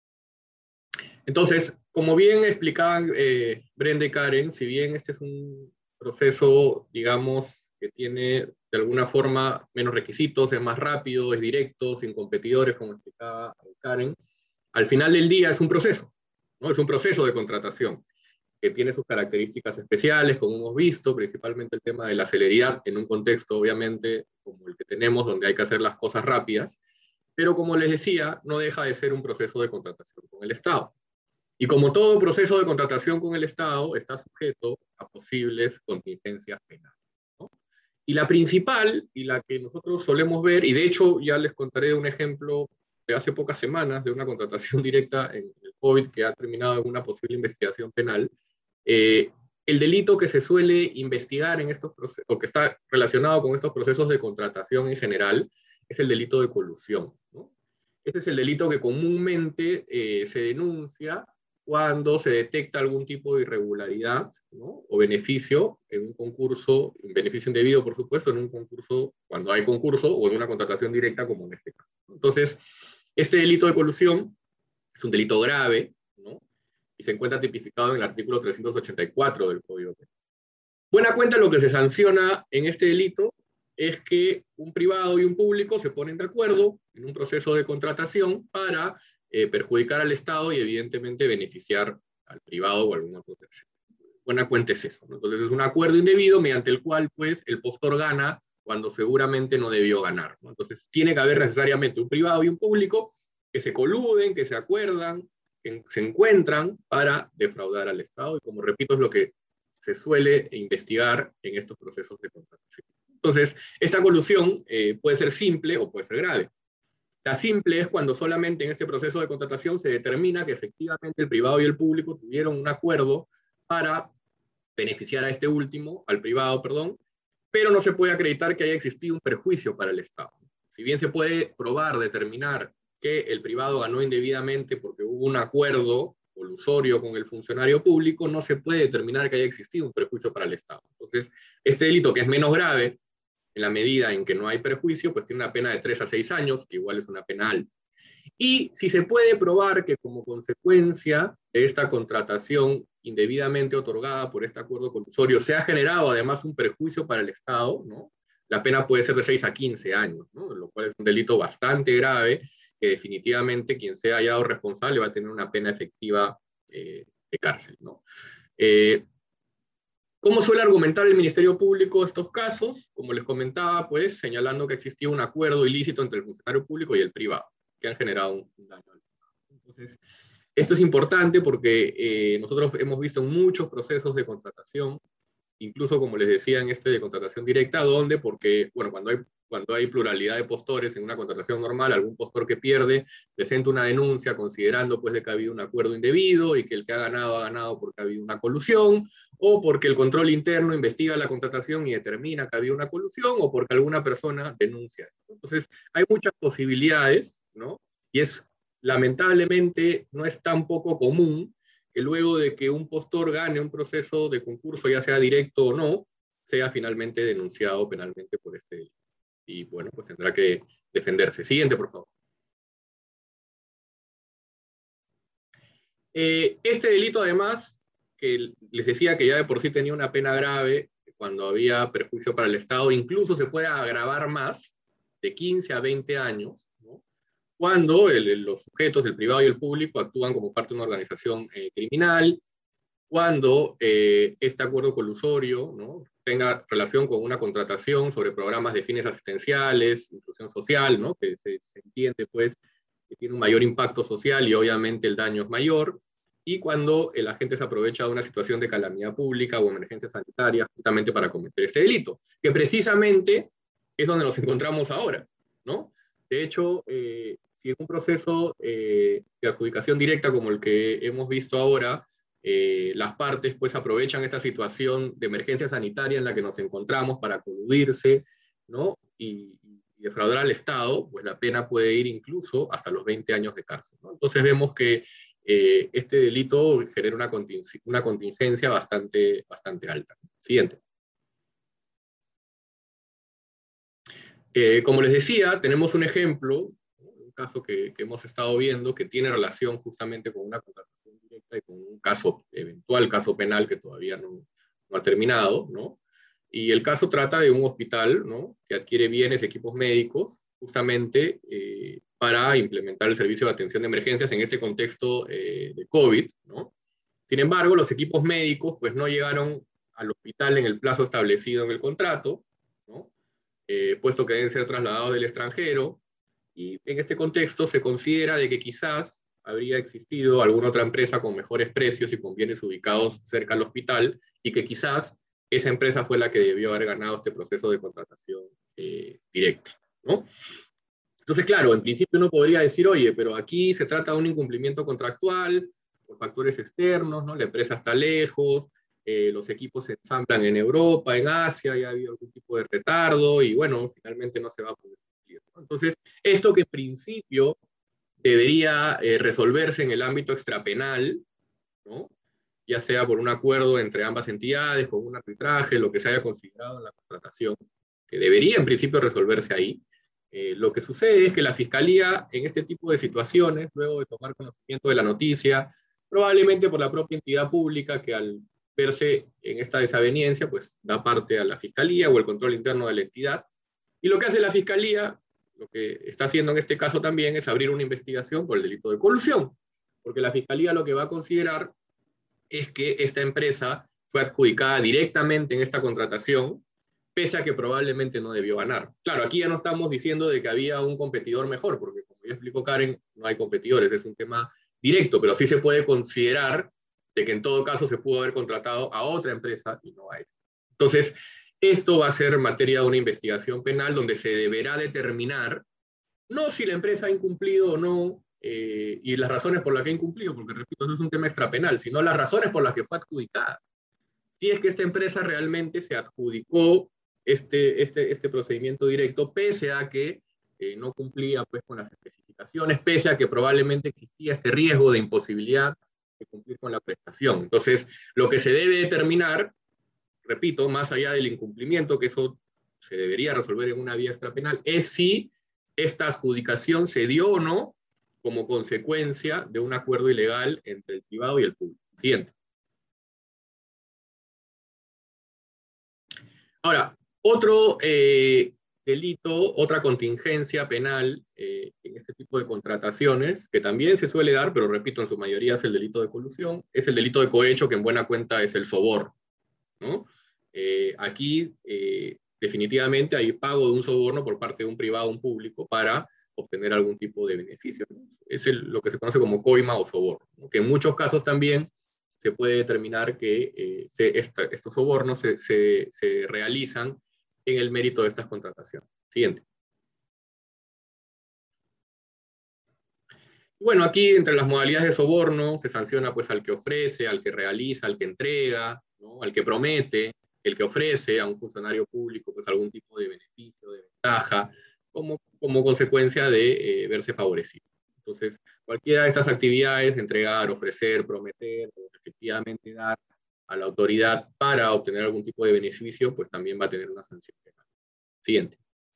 Entonces, como bien explicaban Brenda y Karen, si bien este es un proceso, digamos, que tiene de alguna forma menos requisitos, es más rápido, es directo, sin competidores, como explicaba Karen, al final del día es un proceso, ¿no? Es un proceso de contratación que tiene sus características especiales, como hemos visto, principalmente el tema de la celeridad, en un contexto obviamente como el que tenemos, donde hay que hacer las cosas rápidas, pero como les decía, no deja de ser un proceso de contratación con el Estado. Y como todo proceso de contratación con el Estado, está sujeto a posibles contingencias penales, ¿no? Y la principal, y la que nosotros solemos ver, y de hecho ya les contaré un ejemplo de hace pocas semanas, de una contratación directa en el COVID que ha terminado en una posible investigación penal, el delito que se suele investigar en estos procesos, o que está relacionado con estos procesos de contratación en general, es el delito de colusión, ¿no? Este es el delito que comúnmente se denuncia cuando se detecta algún tipo de irregularidad, ¿no?, o beneficio en un concurso, un beneficio indebido, por supuesto, en un concurso, cuando hay concurso, o en una contratación directa, como en este caso. Entonces, este delito de colusión es un delito grave, ¿no?, y se encuentra tipificado en el artículo 384 del Código Penal. Buena cuenta, lo que se sanciona en este delito es que un privado y un público se ponen de acuerdo en un proceso de contratación para perjudicar al Estado y evidentemente beneficiar al privado o a algún otro tercero. Buena cuenta es eso, ¿no? Entonces es un acuerdo indebido mediante el cual pues, el postor gana cuando seguramente no debió ganar, ¿no? Entonces tiene que haber necesariamente un privado y un público que se coluden, que se acuerdan, que se encuentran para defraudar al Estado, y como repito, es lo que se suele investigar en estos procesos de contratación. Entonces, esta colusión puede ser simple o puede ser grave. La simple es cuando solamente en este proceso de contratación se determina que efectivamente el privado y el público tuvieron un acuerdo para beneficiar a este último, al privado, perdón, pero no se puede acreditar que haya existido un perjuicio para el Estado. Si bien se puede probar, determinar que el privado ganó indebidamente porque hubo un acuerdo colusorio con el funcionario público, no se puede determinar que haya existido un perjuicio para el Estado. Entonces, este delito, que es menos grave, en la medida en que no hay perjuicio, pues tiene una pena de 3 a 6 años, que igual es una pena alta. Y si se puede probar que como consecuencia de esta contratación indebidamente otorgada por este acuerdo colusorio se ha generado además un perjuicio para el Estado, ¿no?, la pena puede ser de 6 a 15 años, ¿no? Lo cual es un delito bastante grave, que definitivamente quien sea hallado responsable va a tener una pena efectiva de cárcel, ¿no? ¿Cómo suele argumentar el Ministerio Público estos casos? Como les comentaba, pues señalando que existía un acuerdo ilícito entre el funcionario público y el privado, que han generado un daño al Estado. Entonces, esto es importante porque nosotros hemos visto en muchos procesos de contratación, incluso como les decía en este de contratación directa, donde, porque, bueno, cuando hay pluralidad de postores en una contratación normal, algún postor que pierde presenta una denuncia considerando pues de que ha habido un acuerdo indebido y que el que ha ganado porque ha habido una colusión, o porque el control interno investiga la contratación y determina que ha habido una colusión, o porque alguna persona denuncia. Entonces, hay muchas posibilidades, ¿no? Y lamentablemente, no es tan poco común que luego de que un postor gane un proceso de concurso, ya sea directo o no, sea finalmente denunciado penalmente por este delito. Y bueno, pues tendrá que defenderse. Siguiente, por favor. Este delito, además, que les decía que ya de por sí tenía una pena grave cuando había perjuicio para el Estado, incluso se puede agravar más, de 15 a 20 años, ¿no? Cuando los sujetos, el privado y el público, actúan como parte de una organización criminal, cuando este acuerdo colusorio, ¿no?, tenga relación con una contratación sobre programas de fines asistenciales, inclusión social, ¿no?, que se entiende pues que tiene un mayor impacto social y obviamente el daño es mayor, y cuando el agente se aprovecha de una situación de calamidad pública o emergencia sanitaria justamente para cometer este delito, que precisamente es donde nos encontramos ahora, ¿no? De hecho, si en un proceso de adjudicación directa como el que hemos visto ahora, las partes pues aprovechan esta situación de emergencia sanitaria en la que nos encontramos para coludirse, ¿no?, y defraudar al Estado, pues la pena puede ir incluso hasta los 20 años de cárcel, ¿no? Entonces vemos que este delito genera una contingencia bastante alta. Siguiente. Como les decía, tenemos un ejemplo, un caso que hemos estado viendo que tiene relación justamente con una contratación directa y con un eventual caso penal que todavía no ha terminado, ¿no? Y el caso trata de un hospital, ¿no?, que adquiere bienes, equipos médicos, justamente para implementar el servicio de atención de emergencias en este contexto de COVID, ¿no? Sin embargo, los equipos médicos pues no llegaron al hospital en el plazo establecido en el contrato, ¿no?, puesto que deben ser trasladados del extranjero, y en este contexto se considera de que quizás habría existido alguna otra empresa con mejores precios y con bienes ubicados cerca al hospital, y que quizás esa empresa fue la que debió haber ganado este proceso de contratación directa, ¿no? Entonces, claro, en principio uno podría decir, oye, pero aquí se trata de un incumplimiento contractual por factores externos, ¿no? La empresa está lejos, los equipos se ensamblan en Europa, en Asia, ya ha habido algún tipo de retardo y bueno, finalmente no se va a poder cumplir, ¿no? Entonces, esto que en principio debería resolverse en el ámbito extrapenal, ¿no?, ya sea por un acuerdo entre ambas entidades, con un arbitraje, lo que se haya considerado en la contratación, que debería en principio resolverse ahí. Lo que sucede es que la Fiscalía, en este tipo de situaciones, luego de tomar conocimiento de la noticia, probablemente por la propia entidad pública, que al verse en esta desaveniencia, pues da parte a la Fiscalía o el control interno de la entidad. Y lo que hace la Fiscalía, lo que está haciendo en este caso también, es abrir una investigación por el delito de colusión, porque la Fiscalía lo que va a considerar es que esta empresa fue adjudicada directamente en esta contratación, pese a que probablemente no debió ganar. Claro, aquí ya no estamos diciendo de que había un competidor mejor, porque como ya explicó Karen, no hay competidores, es un tema directo, pero sí se puede considerar de que en todo caso se pudo haber contratado a otra empresa y no a esta. Entonces, esto va a ser materia de una investigación penal donde se deberá determinar no si la empresa ha incumplido o no, y las razones por las que ha incumplido, porque repito, eso es un tema extrapenal, sino las razones por las que fue adjudicada. Si es que esta empresa realmente se adjudicó este procedimiento directo, pese a que no cumplía pues con las especificaciones, pese a que probablemente existía este riesgo de imposibilidad de cumplir con la prestación. Entonces, lo que se debe determinar, repito, más allá del incumplimiento, que eso se debería resolver en una vía extrapenal, es si esta adjudicación se dio o no como consecuencia de un acuerdo ilegal entre el privado y el público. Siguiente. Ahora, Otro delito, otra contingencia penal en este tipo de contrataciones, que también se suele dar, pero repito, en su mayoría es el delito de colusión, es el delito de cohecho, que en buena cuenta es el soborno, ¿no? Aquí definitivamente hay pago de un soborno por parte de un privado o un público para obtener algún tipo de beneficio, ¿no? Es lo que se conoce como coima o soborno, ¿no? Que en muchos casos también se puede determinar que estos sobornos se realizan en el mérito de estas contrataciones. Siguiente. Bueno, aquí entre las modalidades de soborno se sanciona pues al que ofrece, al que realiza, al que entrega, ¿no? Al que promete, el que ofrece a un funcionario público pues algún tipo de beneficio, de ventaja, como consecuencia de verse favorecido. Entonces, cualquiera de estas actividades, entregar, ofrecer, prometer, o efectivamente dar a la autoridad para obtener algún tipo de beneficio, pues también va a tener una sanción penal. Siguiente.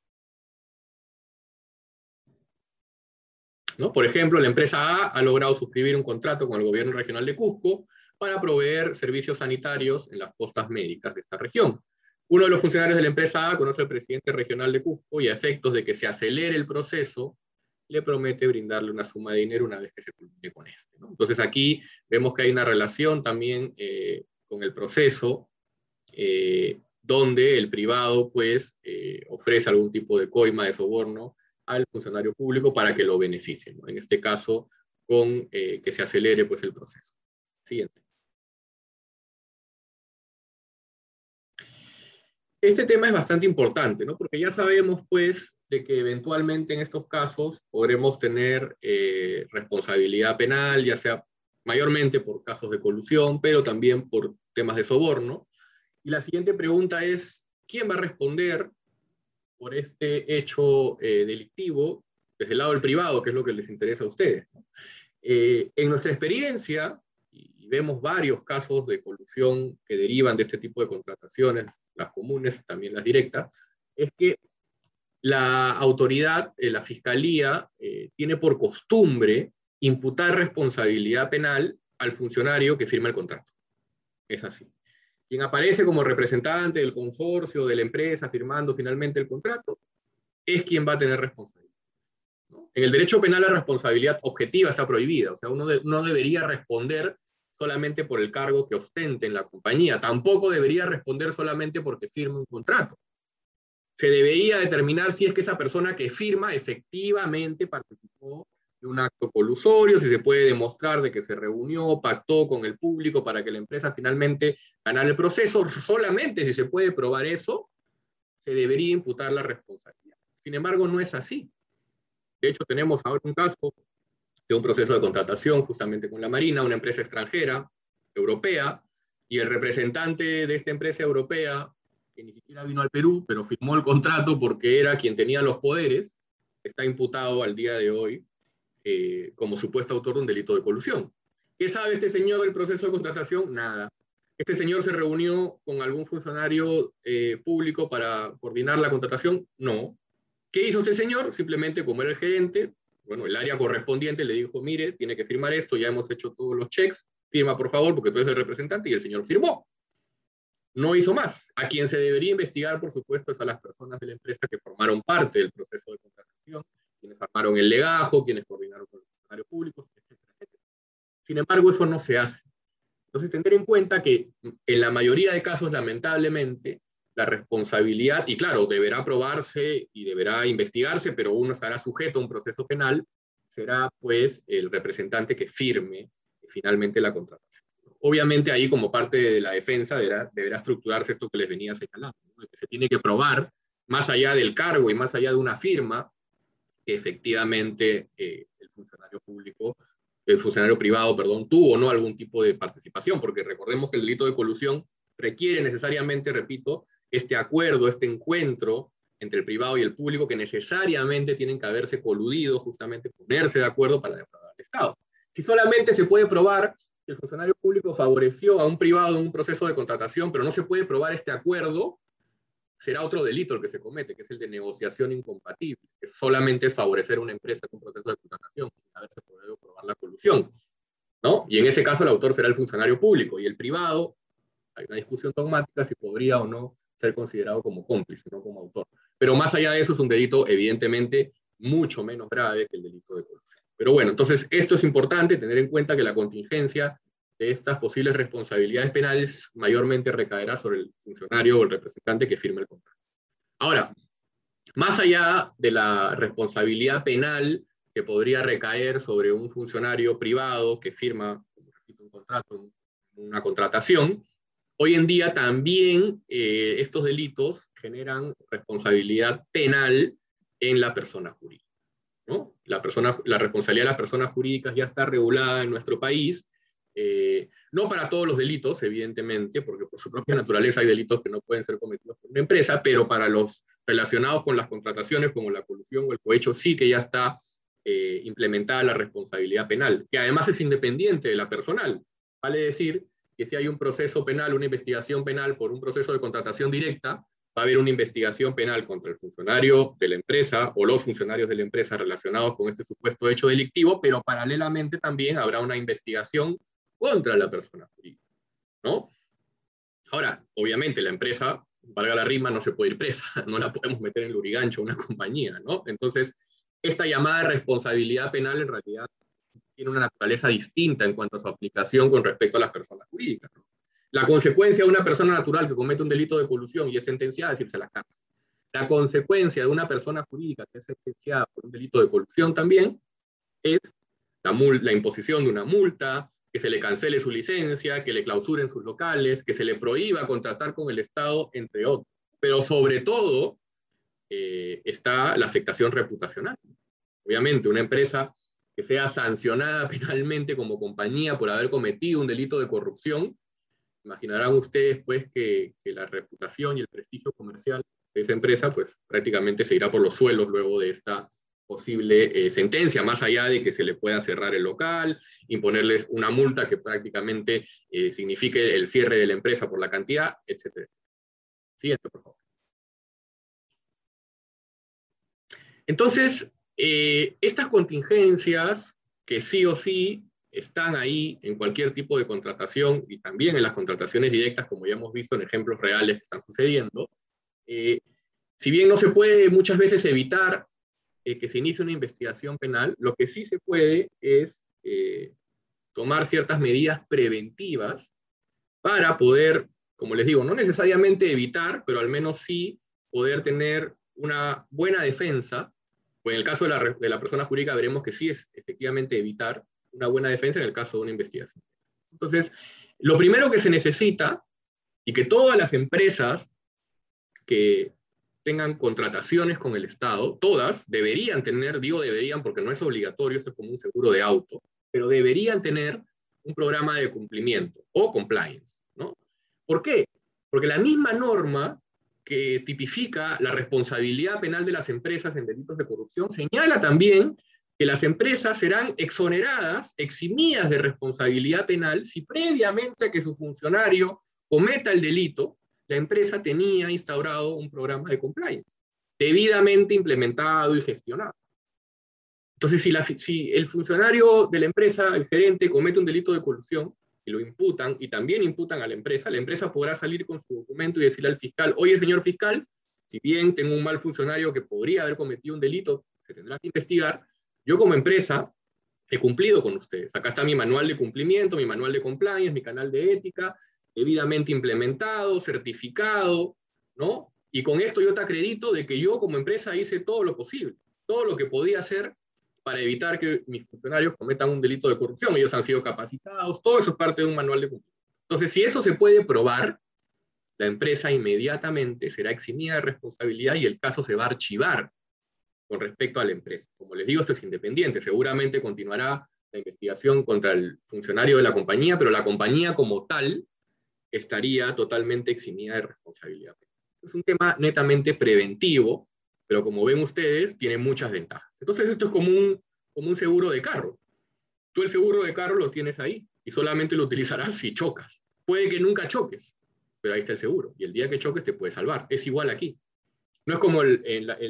¿No? Por ejemplo, la empresa A ha logrado suscribir un contrato con el gobierno regional de Cusco para proveer servicios sanitarios en las postas médicas de esta región. Uno de los funcionarios de la empresa A conoce al presidente regional de Cusco y a efectos de que se acelere el proceso, le promete brindarle una suma de dinero una vez que se culmine con este, ¿no? Entonces aquí vemos que hay una relación también con el proceso, donde el privado pues ofrece algún tipo de coima, de soborno al funcionario público para que lo beneficie, ¿no? En este caso, con que se acelere pues el proceso. Siguiente. Este tema es bastante importante, ¿no? Porque ya sabemos pues de que eventualmente en estos casos podremos tener responsabilidad penal, ya sea mayormente por casos de colusión, pero también por temas de soborno. Y la siguiente pregunta es, ¿quién va a responder por este hecho delictivo desde el lado del privado, que es lo que les interesa a ustedes? En nuestra experiencia, y vemos varios casos de colusión que derivan de este tipo de contrataciones, las comunes, también las directas, es que la autoridad, la fiscalía, tiene por costumbre imputar responsabilidad penal al funcionario que firma el contrato. Es así. Quien aparece como representante del consorcio, de la empresa, firmando finalmente el contrato, es quien va a tener responsabilidad, ¿no? En el derecho penal la responsabilidad objetiva está prohibida, o sea, uno no debería responder solamente por el cargo que ostente en la compañía, tampoco debería responder solamente porque firme un contrato. Se debería determinar si es que esa persona que firma efectivamente participó de un acto colusorio, si se puede demostrar de que se reunió, pactó con el público para que la empresa finalmente ganara el proceso. Solamente si se puede probar eso, se debería imputar la responsabilidad. Sin embargo, no es así. De hecho, tenemos ahora un caso de un proceso de contratación justamente con la Marina, una empresa extranjera, europea, y el representante de esta empresa europea, que ni siquiera vino al Perú, pero firmó el contrato porque era quien tenía los poderes, está imputado al día de hoy como supuesto autor de un delito de colusión. ¿Qué sabe este señor del proceso de contratación? Nada. ¿Este señor se reunió con algún funcionario público para coordinar la contratación? No. ¿Qué hizo este señor? Simplemente, como era el gerente, bueno, el área correspondiente le dijo, mire, tiene que firmar esto, ya hemos hecho todos los checks, firma por favor, porque tú eres el representante, y el señor firmó. No hizo más. A quien se debería investigar, por supuesto, es a las personas de la empresa que formaron parte del proceso de contratación, quienes armaron el legajo, quienes coordinaron con los funcionarios públicos, etcétera, etcétera. Sin embargo, eso no se hace. Entonces, tener en cuenta que en la mayoría de casos, lamentablemente, la responsabilidad, y claro, deberá probarse y deberá investigarse, pero uno estará sujeto a un proceso penal, será pues el representante que firme finalmente la contratación. Obviamente ahí como parte de la defensa deberá estructurarse esto que les venía señalando, ¿no? Que se tiene que probar, más allá del cargo y más allá de una firma, que efectivamente el funcionario público, el funcionario privado, perdón, tuvo o no algún tipo de participación, porque recordemos que el delito de colusión requiere necesariamente, repito, este acuerdo, este encuentro entre el privado y el público, que necesariamente tienen que haberse coludido, justamente ponerse de acuerdo para defraudar al Estado. Si solamente se puede probar que el funcionario público favoreció a un privado en un proceso de contratación, pero no se puede probar este acuerdo, será otro delito el que se comete, que es el de negociación incompatible, que solamente es favorecer a una empresa con un proceso de contratación, sin haberse podido probar la colusión, ¿no? Y en ese caso el autor será el funcionario público, y el privado, hay una discusión dogmática si podría o no ser considerado como cómplice, no como autor. Pero más allá de eso es un delito evidentemente mucho menos grave que el delito de colusión. Pero bueno, entonces esto es importante, tener en cuenta que la contingencia de estas posibles responsabilidades penales mayormente recaerá sobre el funcionario o el representante que firme el contrato. Ahora, más allá de la responsabilidad penal que podría recaer sobre un funcionario privado que firma, como repito, un contrato, una contratación, hoy en día también estos delitos generan responsabilidad penal en la persona jurídica, ¿no? La responsabilidad de las personas jurídicas ya está regulada en nuestro país, no para todos los delitos, evidentemente, porque por su propia naturaleza hay delitos que no pueden ser cometidos por una empresa, pero para los relacionados con las contrataciones, como la colusión o el cohecho, sí que ya está implementada la responsabilidad penal, que además es independiente de la personal. Vale decir que si hay un proceso penal, una investigación penal por un proceso de contratación directa, va a haber una investigación penal contra el funcionario de la empresa o los funcionarios de la empresa relacionados con este supuesto hecho delictivo, pero paralelamente también habrá una investigación contra la persona jurídica, ¿no? Ahora, obviamente la empresa, valga la rima, no se puede ir presa, no la podemos meter en lurigancho a una compañía, ¿no? Entonces, esta llamada responsabilidad penal en realidad tiene una naturaleza distinta en cuanto a su aplicación con respecto a las personas jurídicas, ¿no? La consecuencia de una persona natural que comete un delito de colusión y es sentenciada es irse a la cárcel. La consecuencia de una persona jurídica que es sentenciada por un delito de colusión también es la imposición de una multa, que se le cancele su licencia, que le clausuren sus locales, que se le prohíba contratar con el Estado, entre otros. Pero sobre todo está la afectación reputacional. Obviamente, una empresa que sea sancionada penalmente como compañía por haber cometido un delito de corrupción, imaginarán ustedes pues que la reputación y el prestigio comercial de esa empresa pues prácticamente se irá por los suelos luego de esta posible sentencia, más allá de que se le pueda cerrar el local, imponerles una multa que prácticamente signifique el cierre de la empresa por la cantidad, etc. Siguiente, por favor. Entonces, estas contingencias que sí o sí están ahí en cualquier tipo de contratación y también en las contrataciones directas, como ya hemos visto en ejemplos reales que están sucediendo, si bien no se puede muchas veces evitar que se inicie una investigación penal, lo que sí se puede es tomar ciertas medidas preventivas para poder, como les digo, no necesariamente evitar, pero al menos sí poder tener una buena defensa. O en el caso de la persona jurídica veremos que sí es efectivamente evitar una buena defensa en el caso de una investigación. Entonces, lo primero que se necesita, y que todas las empresas que tengan contrataciones con el Estado, todas deberían tener, digo deberían porque no es obligatorio, esto es como un seguro de auto, pero deberían tener un programa de cumplimiento o compliance, ¿no? ¿Por qué? Porque la misma norma que tipifica la responsabilidad penal de las empresas en delitos de corrupción señala también que las empresas serán exoneradas, eximidas de responsabilidad penal si previamente a que su funcionario cometa el delito, la empresa tenía instaurado un programa de compliance, debidamente implementado y gestionado. Entonces, si el funcionario de la empresa, el gerente, comete un delito de colusión, y lo imputan, y también imputan a la empresa podrá salir con su documento y decirle al fiscal, oye, señor fiscal, si bien tengo un mal funcionario que podría haber cometido un delito, que tendrá que investigar, yo como empresa he cumplido con ustedes. Acá está mi manual de cumplimiento, mi manual de compliance, mi canal de ética, debidamente implementado, certificado, ¿no? Y con esto yo te acredito de que yo como empresa hice todo lo posible, todo lo que podía hacer para evitar que mis funcionarios cometan un delito de corrupción. Ellos han sido capacitados, todo eso es parte de un manual de cumplimiento. Entonces, si eso se puede probar, la empresa inmediatamente será eximida de responsabilidad y el caso se va a archivar con respecto a la empresa. Como les digo, esto es independiente. Seguramente continuará la investigación contra el funcionario de la compañía, pero la compañía como tal estaría totalmente eximida de responsabilidad. Es un tema netamente preventivo, pero como ven ustedes, tiene muchas ventajas. Entonces esto es como un seguro de carro. Tú el seguro de carro lo tienes ahí y solamente lo utilizarás si chocas. Puede que nunca choques, pero ahí está el seguro. Y el día que choques te puede salvar. Es igual aquí. No es como el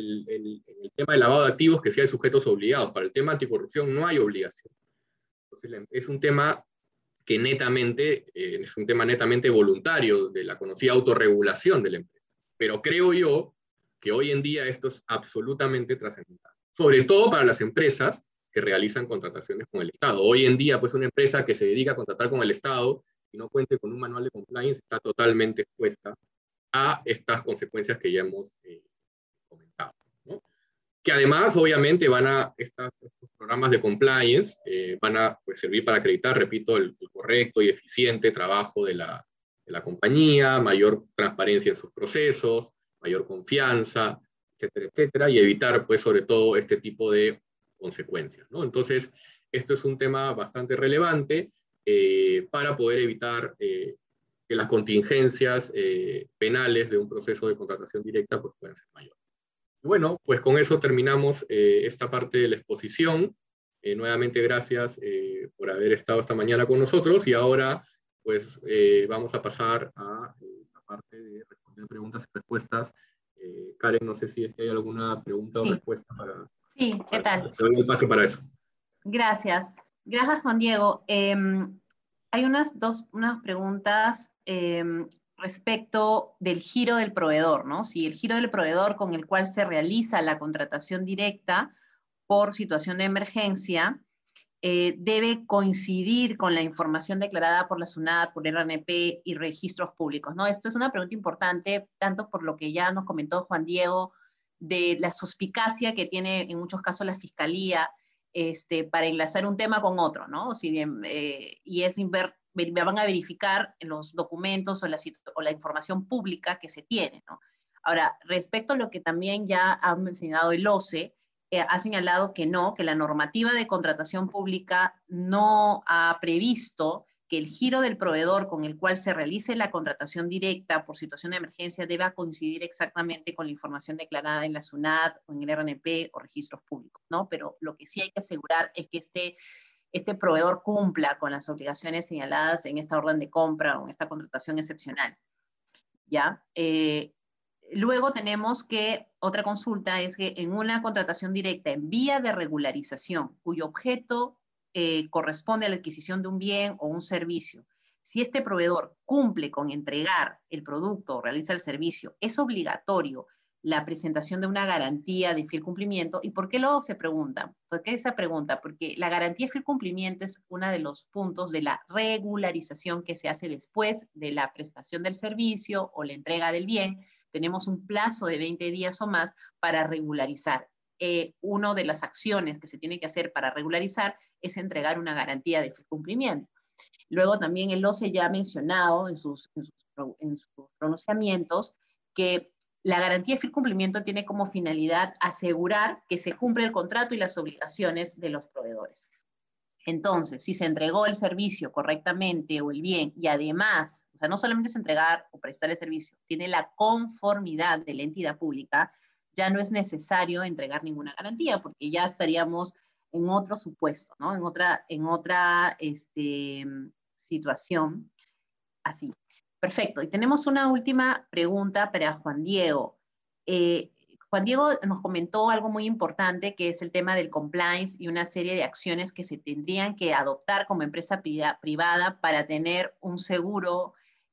tema del lavado de activos, que sí hay sujetos obligados. Para el tema anticorrupción no hay obligación. Entonces es un tema que netamente, es un tema netamente voluntario de la conocida autorregulación de la empresa. Pero creo yo que hoy en día esto es absolutamente trascendental, sobre todo para las empresas que realizan contrataciones con el Estado. Hoy en día, pues una empresa que se dedica a contratar con el Estado y no cuente con un manual de compliance está totalmente expuesta a estas consecuencias que ya hemos comentado, ¿no? Que además, obviamente, estos programas de compliance van a pues, servir para acreditar, repito, el correcto y eficiente trabajo de la compañía, mayor transparencia en sus procesos, mayor confianza, etcétera, etcétera, y evitar, pues, sobre todo, este tipo de consecuencias, ¿no? Entonces, esto es un tema bastante relevante para poder evitar que las contingencias penales de un proceso de contratación directa pues, puedan ser mayores. Bueno, pues con eso terminamos esta parte de la exposición. Nuevamente gracias por haber estado esta mañana con nosotros y ahora pues vamos a pasar a la parte de responder preguntas y respuestas. Karen, no sé si es que hay alguna pregunta o Sí, respuesta para... sí, ¿qué tal? Te doy el paso para eso. Gracias. Gracias, Juan Diego. Hay unas preguntas respecto del giro del proveedor, ¿no? Si el giro del proveedor con el cual se realiza la contratación directa por situación de emergencia debe coincidir con la información declarada por la SUNAT, por el RNP y registros públicos, ¿no? Esto es una pregunta importante, tanto por lo que ya nos comentó Juan Diego, de la suspicacia que tiene en muchos casos la Fiscalía para enlazar un tema con otro, ¿no? Y es van a verificar los documentos o la información pública que se tiene, ¿no? Ahora, respecto a lo que también ya ha mencionado el OCE, ha señalado que no, que la normativa de contratación pública no ha previsto que el giro del proveedor con el cual se realice la contratación directa por situación de emergencia deba coincidir exactamente con la información declarada en la SUNAT o en el RNP o registros públicos, ¿no? Pero lo que sí hay que asegurar es que este proveedor cumpla con las obligaciones señaladas en esta orden de compra o en esta contratación excepcional, ¿ya? Luego tenemos que, otra consulta es que en una contratación directa en vía de regularización, cuyo objeto corresponde a la adquisición de un bien o un servicio, si este proveedor cumple con entregar el producto o realiza el servicio, es obligatorio la presentación de una garantía de fiel cumplimiento. ¿Y por qué luego se pregunta? ¿Por qué esa pregunta? Porque la garantía de fiel cumplimiento es uno de los puntos de la regularización que se hace después de la prestación del servicio o la entrega del bien. Tenemos un plazo de 20 días o más para regularizar. Una de las acciones que se tiene que hacer para regularizar es entregar una garantía de cumplimiento. Luego también el OCE ya ha mencionado en sus pronunciamientos que la garantía de fiel cumplimiento tiene como finalidad asegurar que se cumple el contrato y las obligaciones de los proveedores. Entonces, si se entregó el servicio correctamente o el bien y además, o sea, no solamente es entregar o prestar el servicio, tiene la conformidad de la entidad pública, ya no es necesario entregar ninguna garantía porque ya estaríamos en otro supuesto, ¿no? En otra situación así. Perfecto. Y tenemos una última pregunta para Juan Diego. Juan Diego nos comentó algo muy importante, que es el tema del compliance y una serie de acciones que se tendrían que adoptar como empresa privada para tener un seguro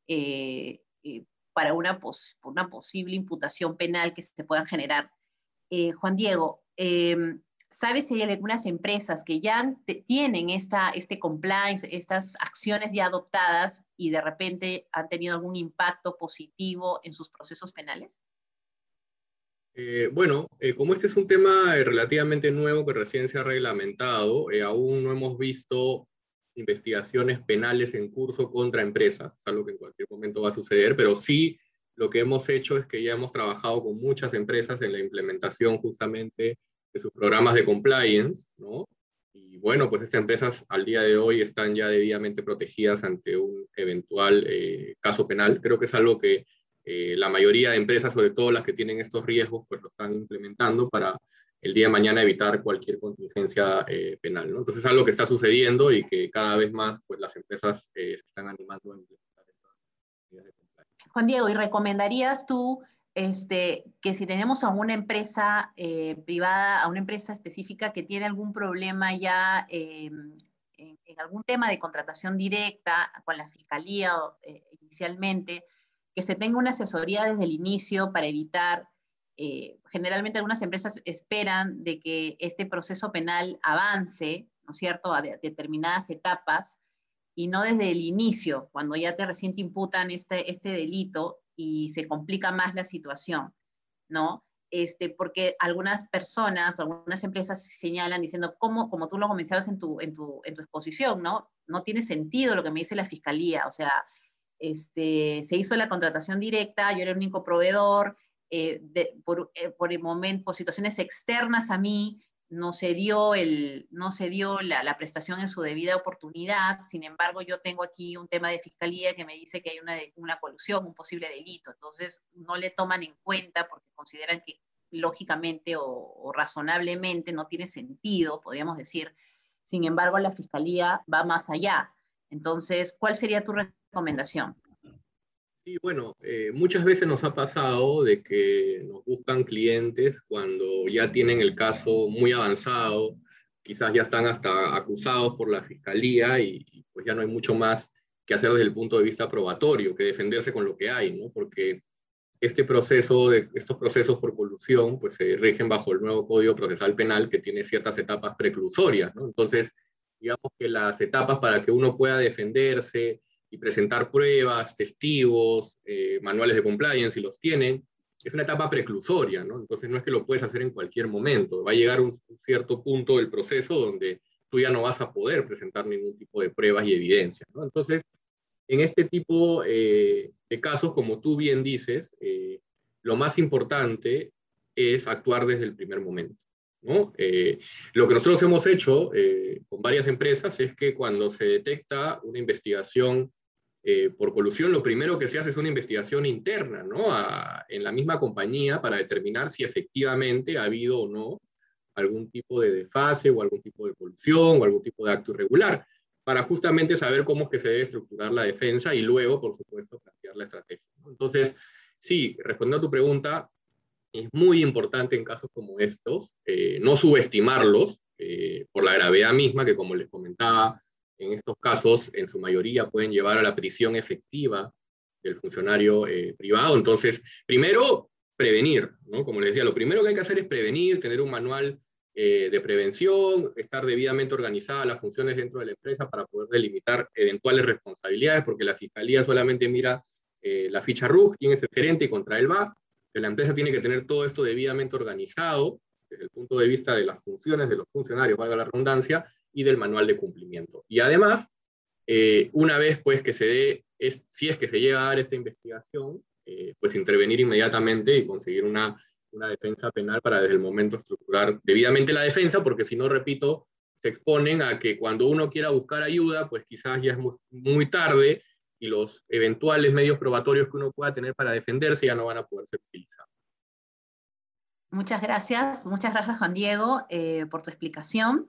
para una posible imputación penal que se puedan generar. Juan Diego, ¿sabes si hay algunas empresas que ya tienen este compliance, estas acciones ya adoptadas y de repente han tenido algún impacto positivo en sus procesos penales? Bueno, como este es un tema relativamente nuevo que recién se ha reglamentado, aún no hemos visto investigaciones penales en curso contra empresas, es algo que en cualquier momento va a suceder, pero sí lo que hemos hecho es que ya hemos trabajado con muchas empresas en la implementación justamente de sus programas de compliance, ¿no? Y bueno, pues estas empresas al día de hoy están ya debidamente protegidas ante un eventual caso penal. Creo que es algo que la mayoría de empresas, sobre todo las que tienen estos riesgos, pues lo están implementando para el día de mañana evitar cualquier contingencia penal, ¿no? Entonces es algo que está sucediendo y que cada vez más pues, las empresas se están animando a implementar estas medidas de compliance. Juan Diego, ¿y recomendarías tú que si tenemos a una empresa privada, a una empresa específica que tiene algún problema ya en algún tema de contratación directa con la fiscalía inicialmente, que se tenga una asesoría desde el inicio para evitar, generalmente algunas empresas esperan de que este proceso penal avance, ¿no es cierto?, a determinadas etapas, y no desde el inicio, cuando ya recién te imputan este delito y se complica más la situación, ¿no? Porque algunas personas, algunas empresas señalan diciendo, como tú lo mencionabas en tu exposición, ¿no? No tiene sentido lo que me dice la fiscalía, o sea, se hizo la contratación directa, yo era el único proveedor, por el momento, por situaciones externas a mí, no se dio la prestación en su debida oportunidad. Sin embargo, yo tengo aquí un tema de fiscalía que me dice que hay una colusión, un posible delito. Entonces, no le toman en cuenta porque consideran que lógicamente o razonablemente no tiene sentido, podríamos decir. Sin embargo, la fiscalía va más allá. Entonces, ¿cuál sería tu recomendación? Sí, bueno, muchas veces nos ha pasado de que nos buscan clientes cuando ya tienen el caso muy avanzado, quizás ya están hasta acusados por la fiscalía y pues ya no hay mucho más que hacer desde el punto de vista probatorio, que defenderse con lo que hay, ¿no? Porque estos procesos por colusión pues se rigen bajo el nuevo Código Procesal Penal que tiene ciertas etapas preclusorias, ¿no? Entonces, digamos que las etapas para que uno pueda defenderse y presentar pruebas, testigos, manuales de compliance si los tienen, es una etapa preclusoria, ¿no? Entonces no es que lo puedes hacer en cualquier momento, va a llegar un cierto punto del proceso donde tú ya no vas a poder presentar ningún tipo de pruebas y evidencias, ¿no? Entonces, en este tipo de casos, como tú bien dices, lo más importante es actuar desde el primer momento, ¿no? Lo que nosotros hemos hecho con varias empresas es que cuando se detecta una investigación por colusión, lo primero que se hace es una investigación interna, ¿no? En la misma compañía para determinar si efectivamente ha habido o no algún tipo de desfase o algún tipo de colusión o algún tipo de acto irregular, para justamente saber cómo es que se debe estructurar la defensa y luego, por supuesto, plantear la estrategia, ¿no? Entonces, sí, respondiendo a tu pregunta, es muy importante en casos como estos no subestimarlos por la gravedad misma que, como les comentaba, en estos casos, en su mayoría, pueden llevar a la prisión efectiva del funcionario privado. Entonces, primero, prevenir, ¿no? Como les decía, lo primero que hay que hacer es prevenir, tener un manual de prevención, estar debidamente organizadas las funciones dentro de la empresa para poder delimitar eventuales responsabilidades, porque la fiscalía solamente mira la ficha RUC, quién es el gerente y contra él va. La empresa tiene que tener todo esto debidamente organizado desde el punto de vista de las funciones de los funcionarios, valga la redundancia, y del manual de cumplimiento. Y además, una vez pues que se dé, si es que se llega a dar esta investigación, pues intervenir inmediatamente y conseguir una defensa penal para desde el momento estructurar debidamente la defensa, porque si no, repito, se exponen a que cuando uno quiera buscar ayuda, pues quizás ya es muy tarde y los eventuales medios probatorios que uno pueda tener para defenderse ya no van a poder ser utilizados. Muchas gracias Juan Diego, por tu explicación.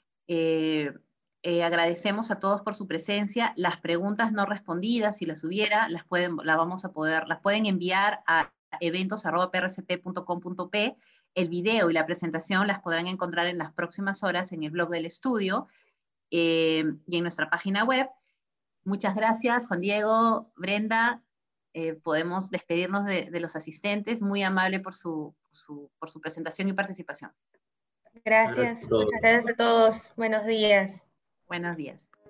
Agradecemos a todos por su presencia. Las preguntas no respondidas, si las hubiera, las pueden enviar a eventos@prcp.com.p. El video y la presentación las podrán encontrar en las próximas horas en el blog del estudio y en nuestra página web. Muchas gracias, Juan Diego, Brenda. Podemos despedirnos de los asistentes. Muy amable por su presentación y participación. Gracias, muchas gracias a todos. Buenos días. Buenos días.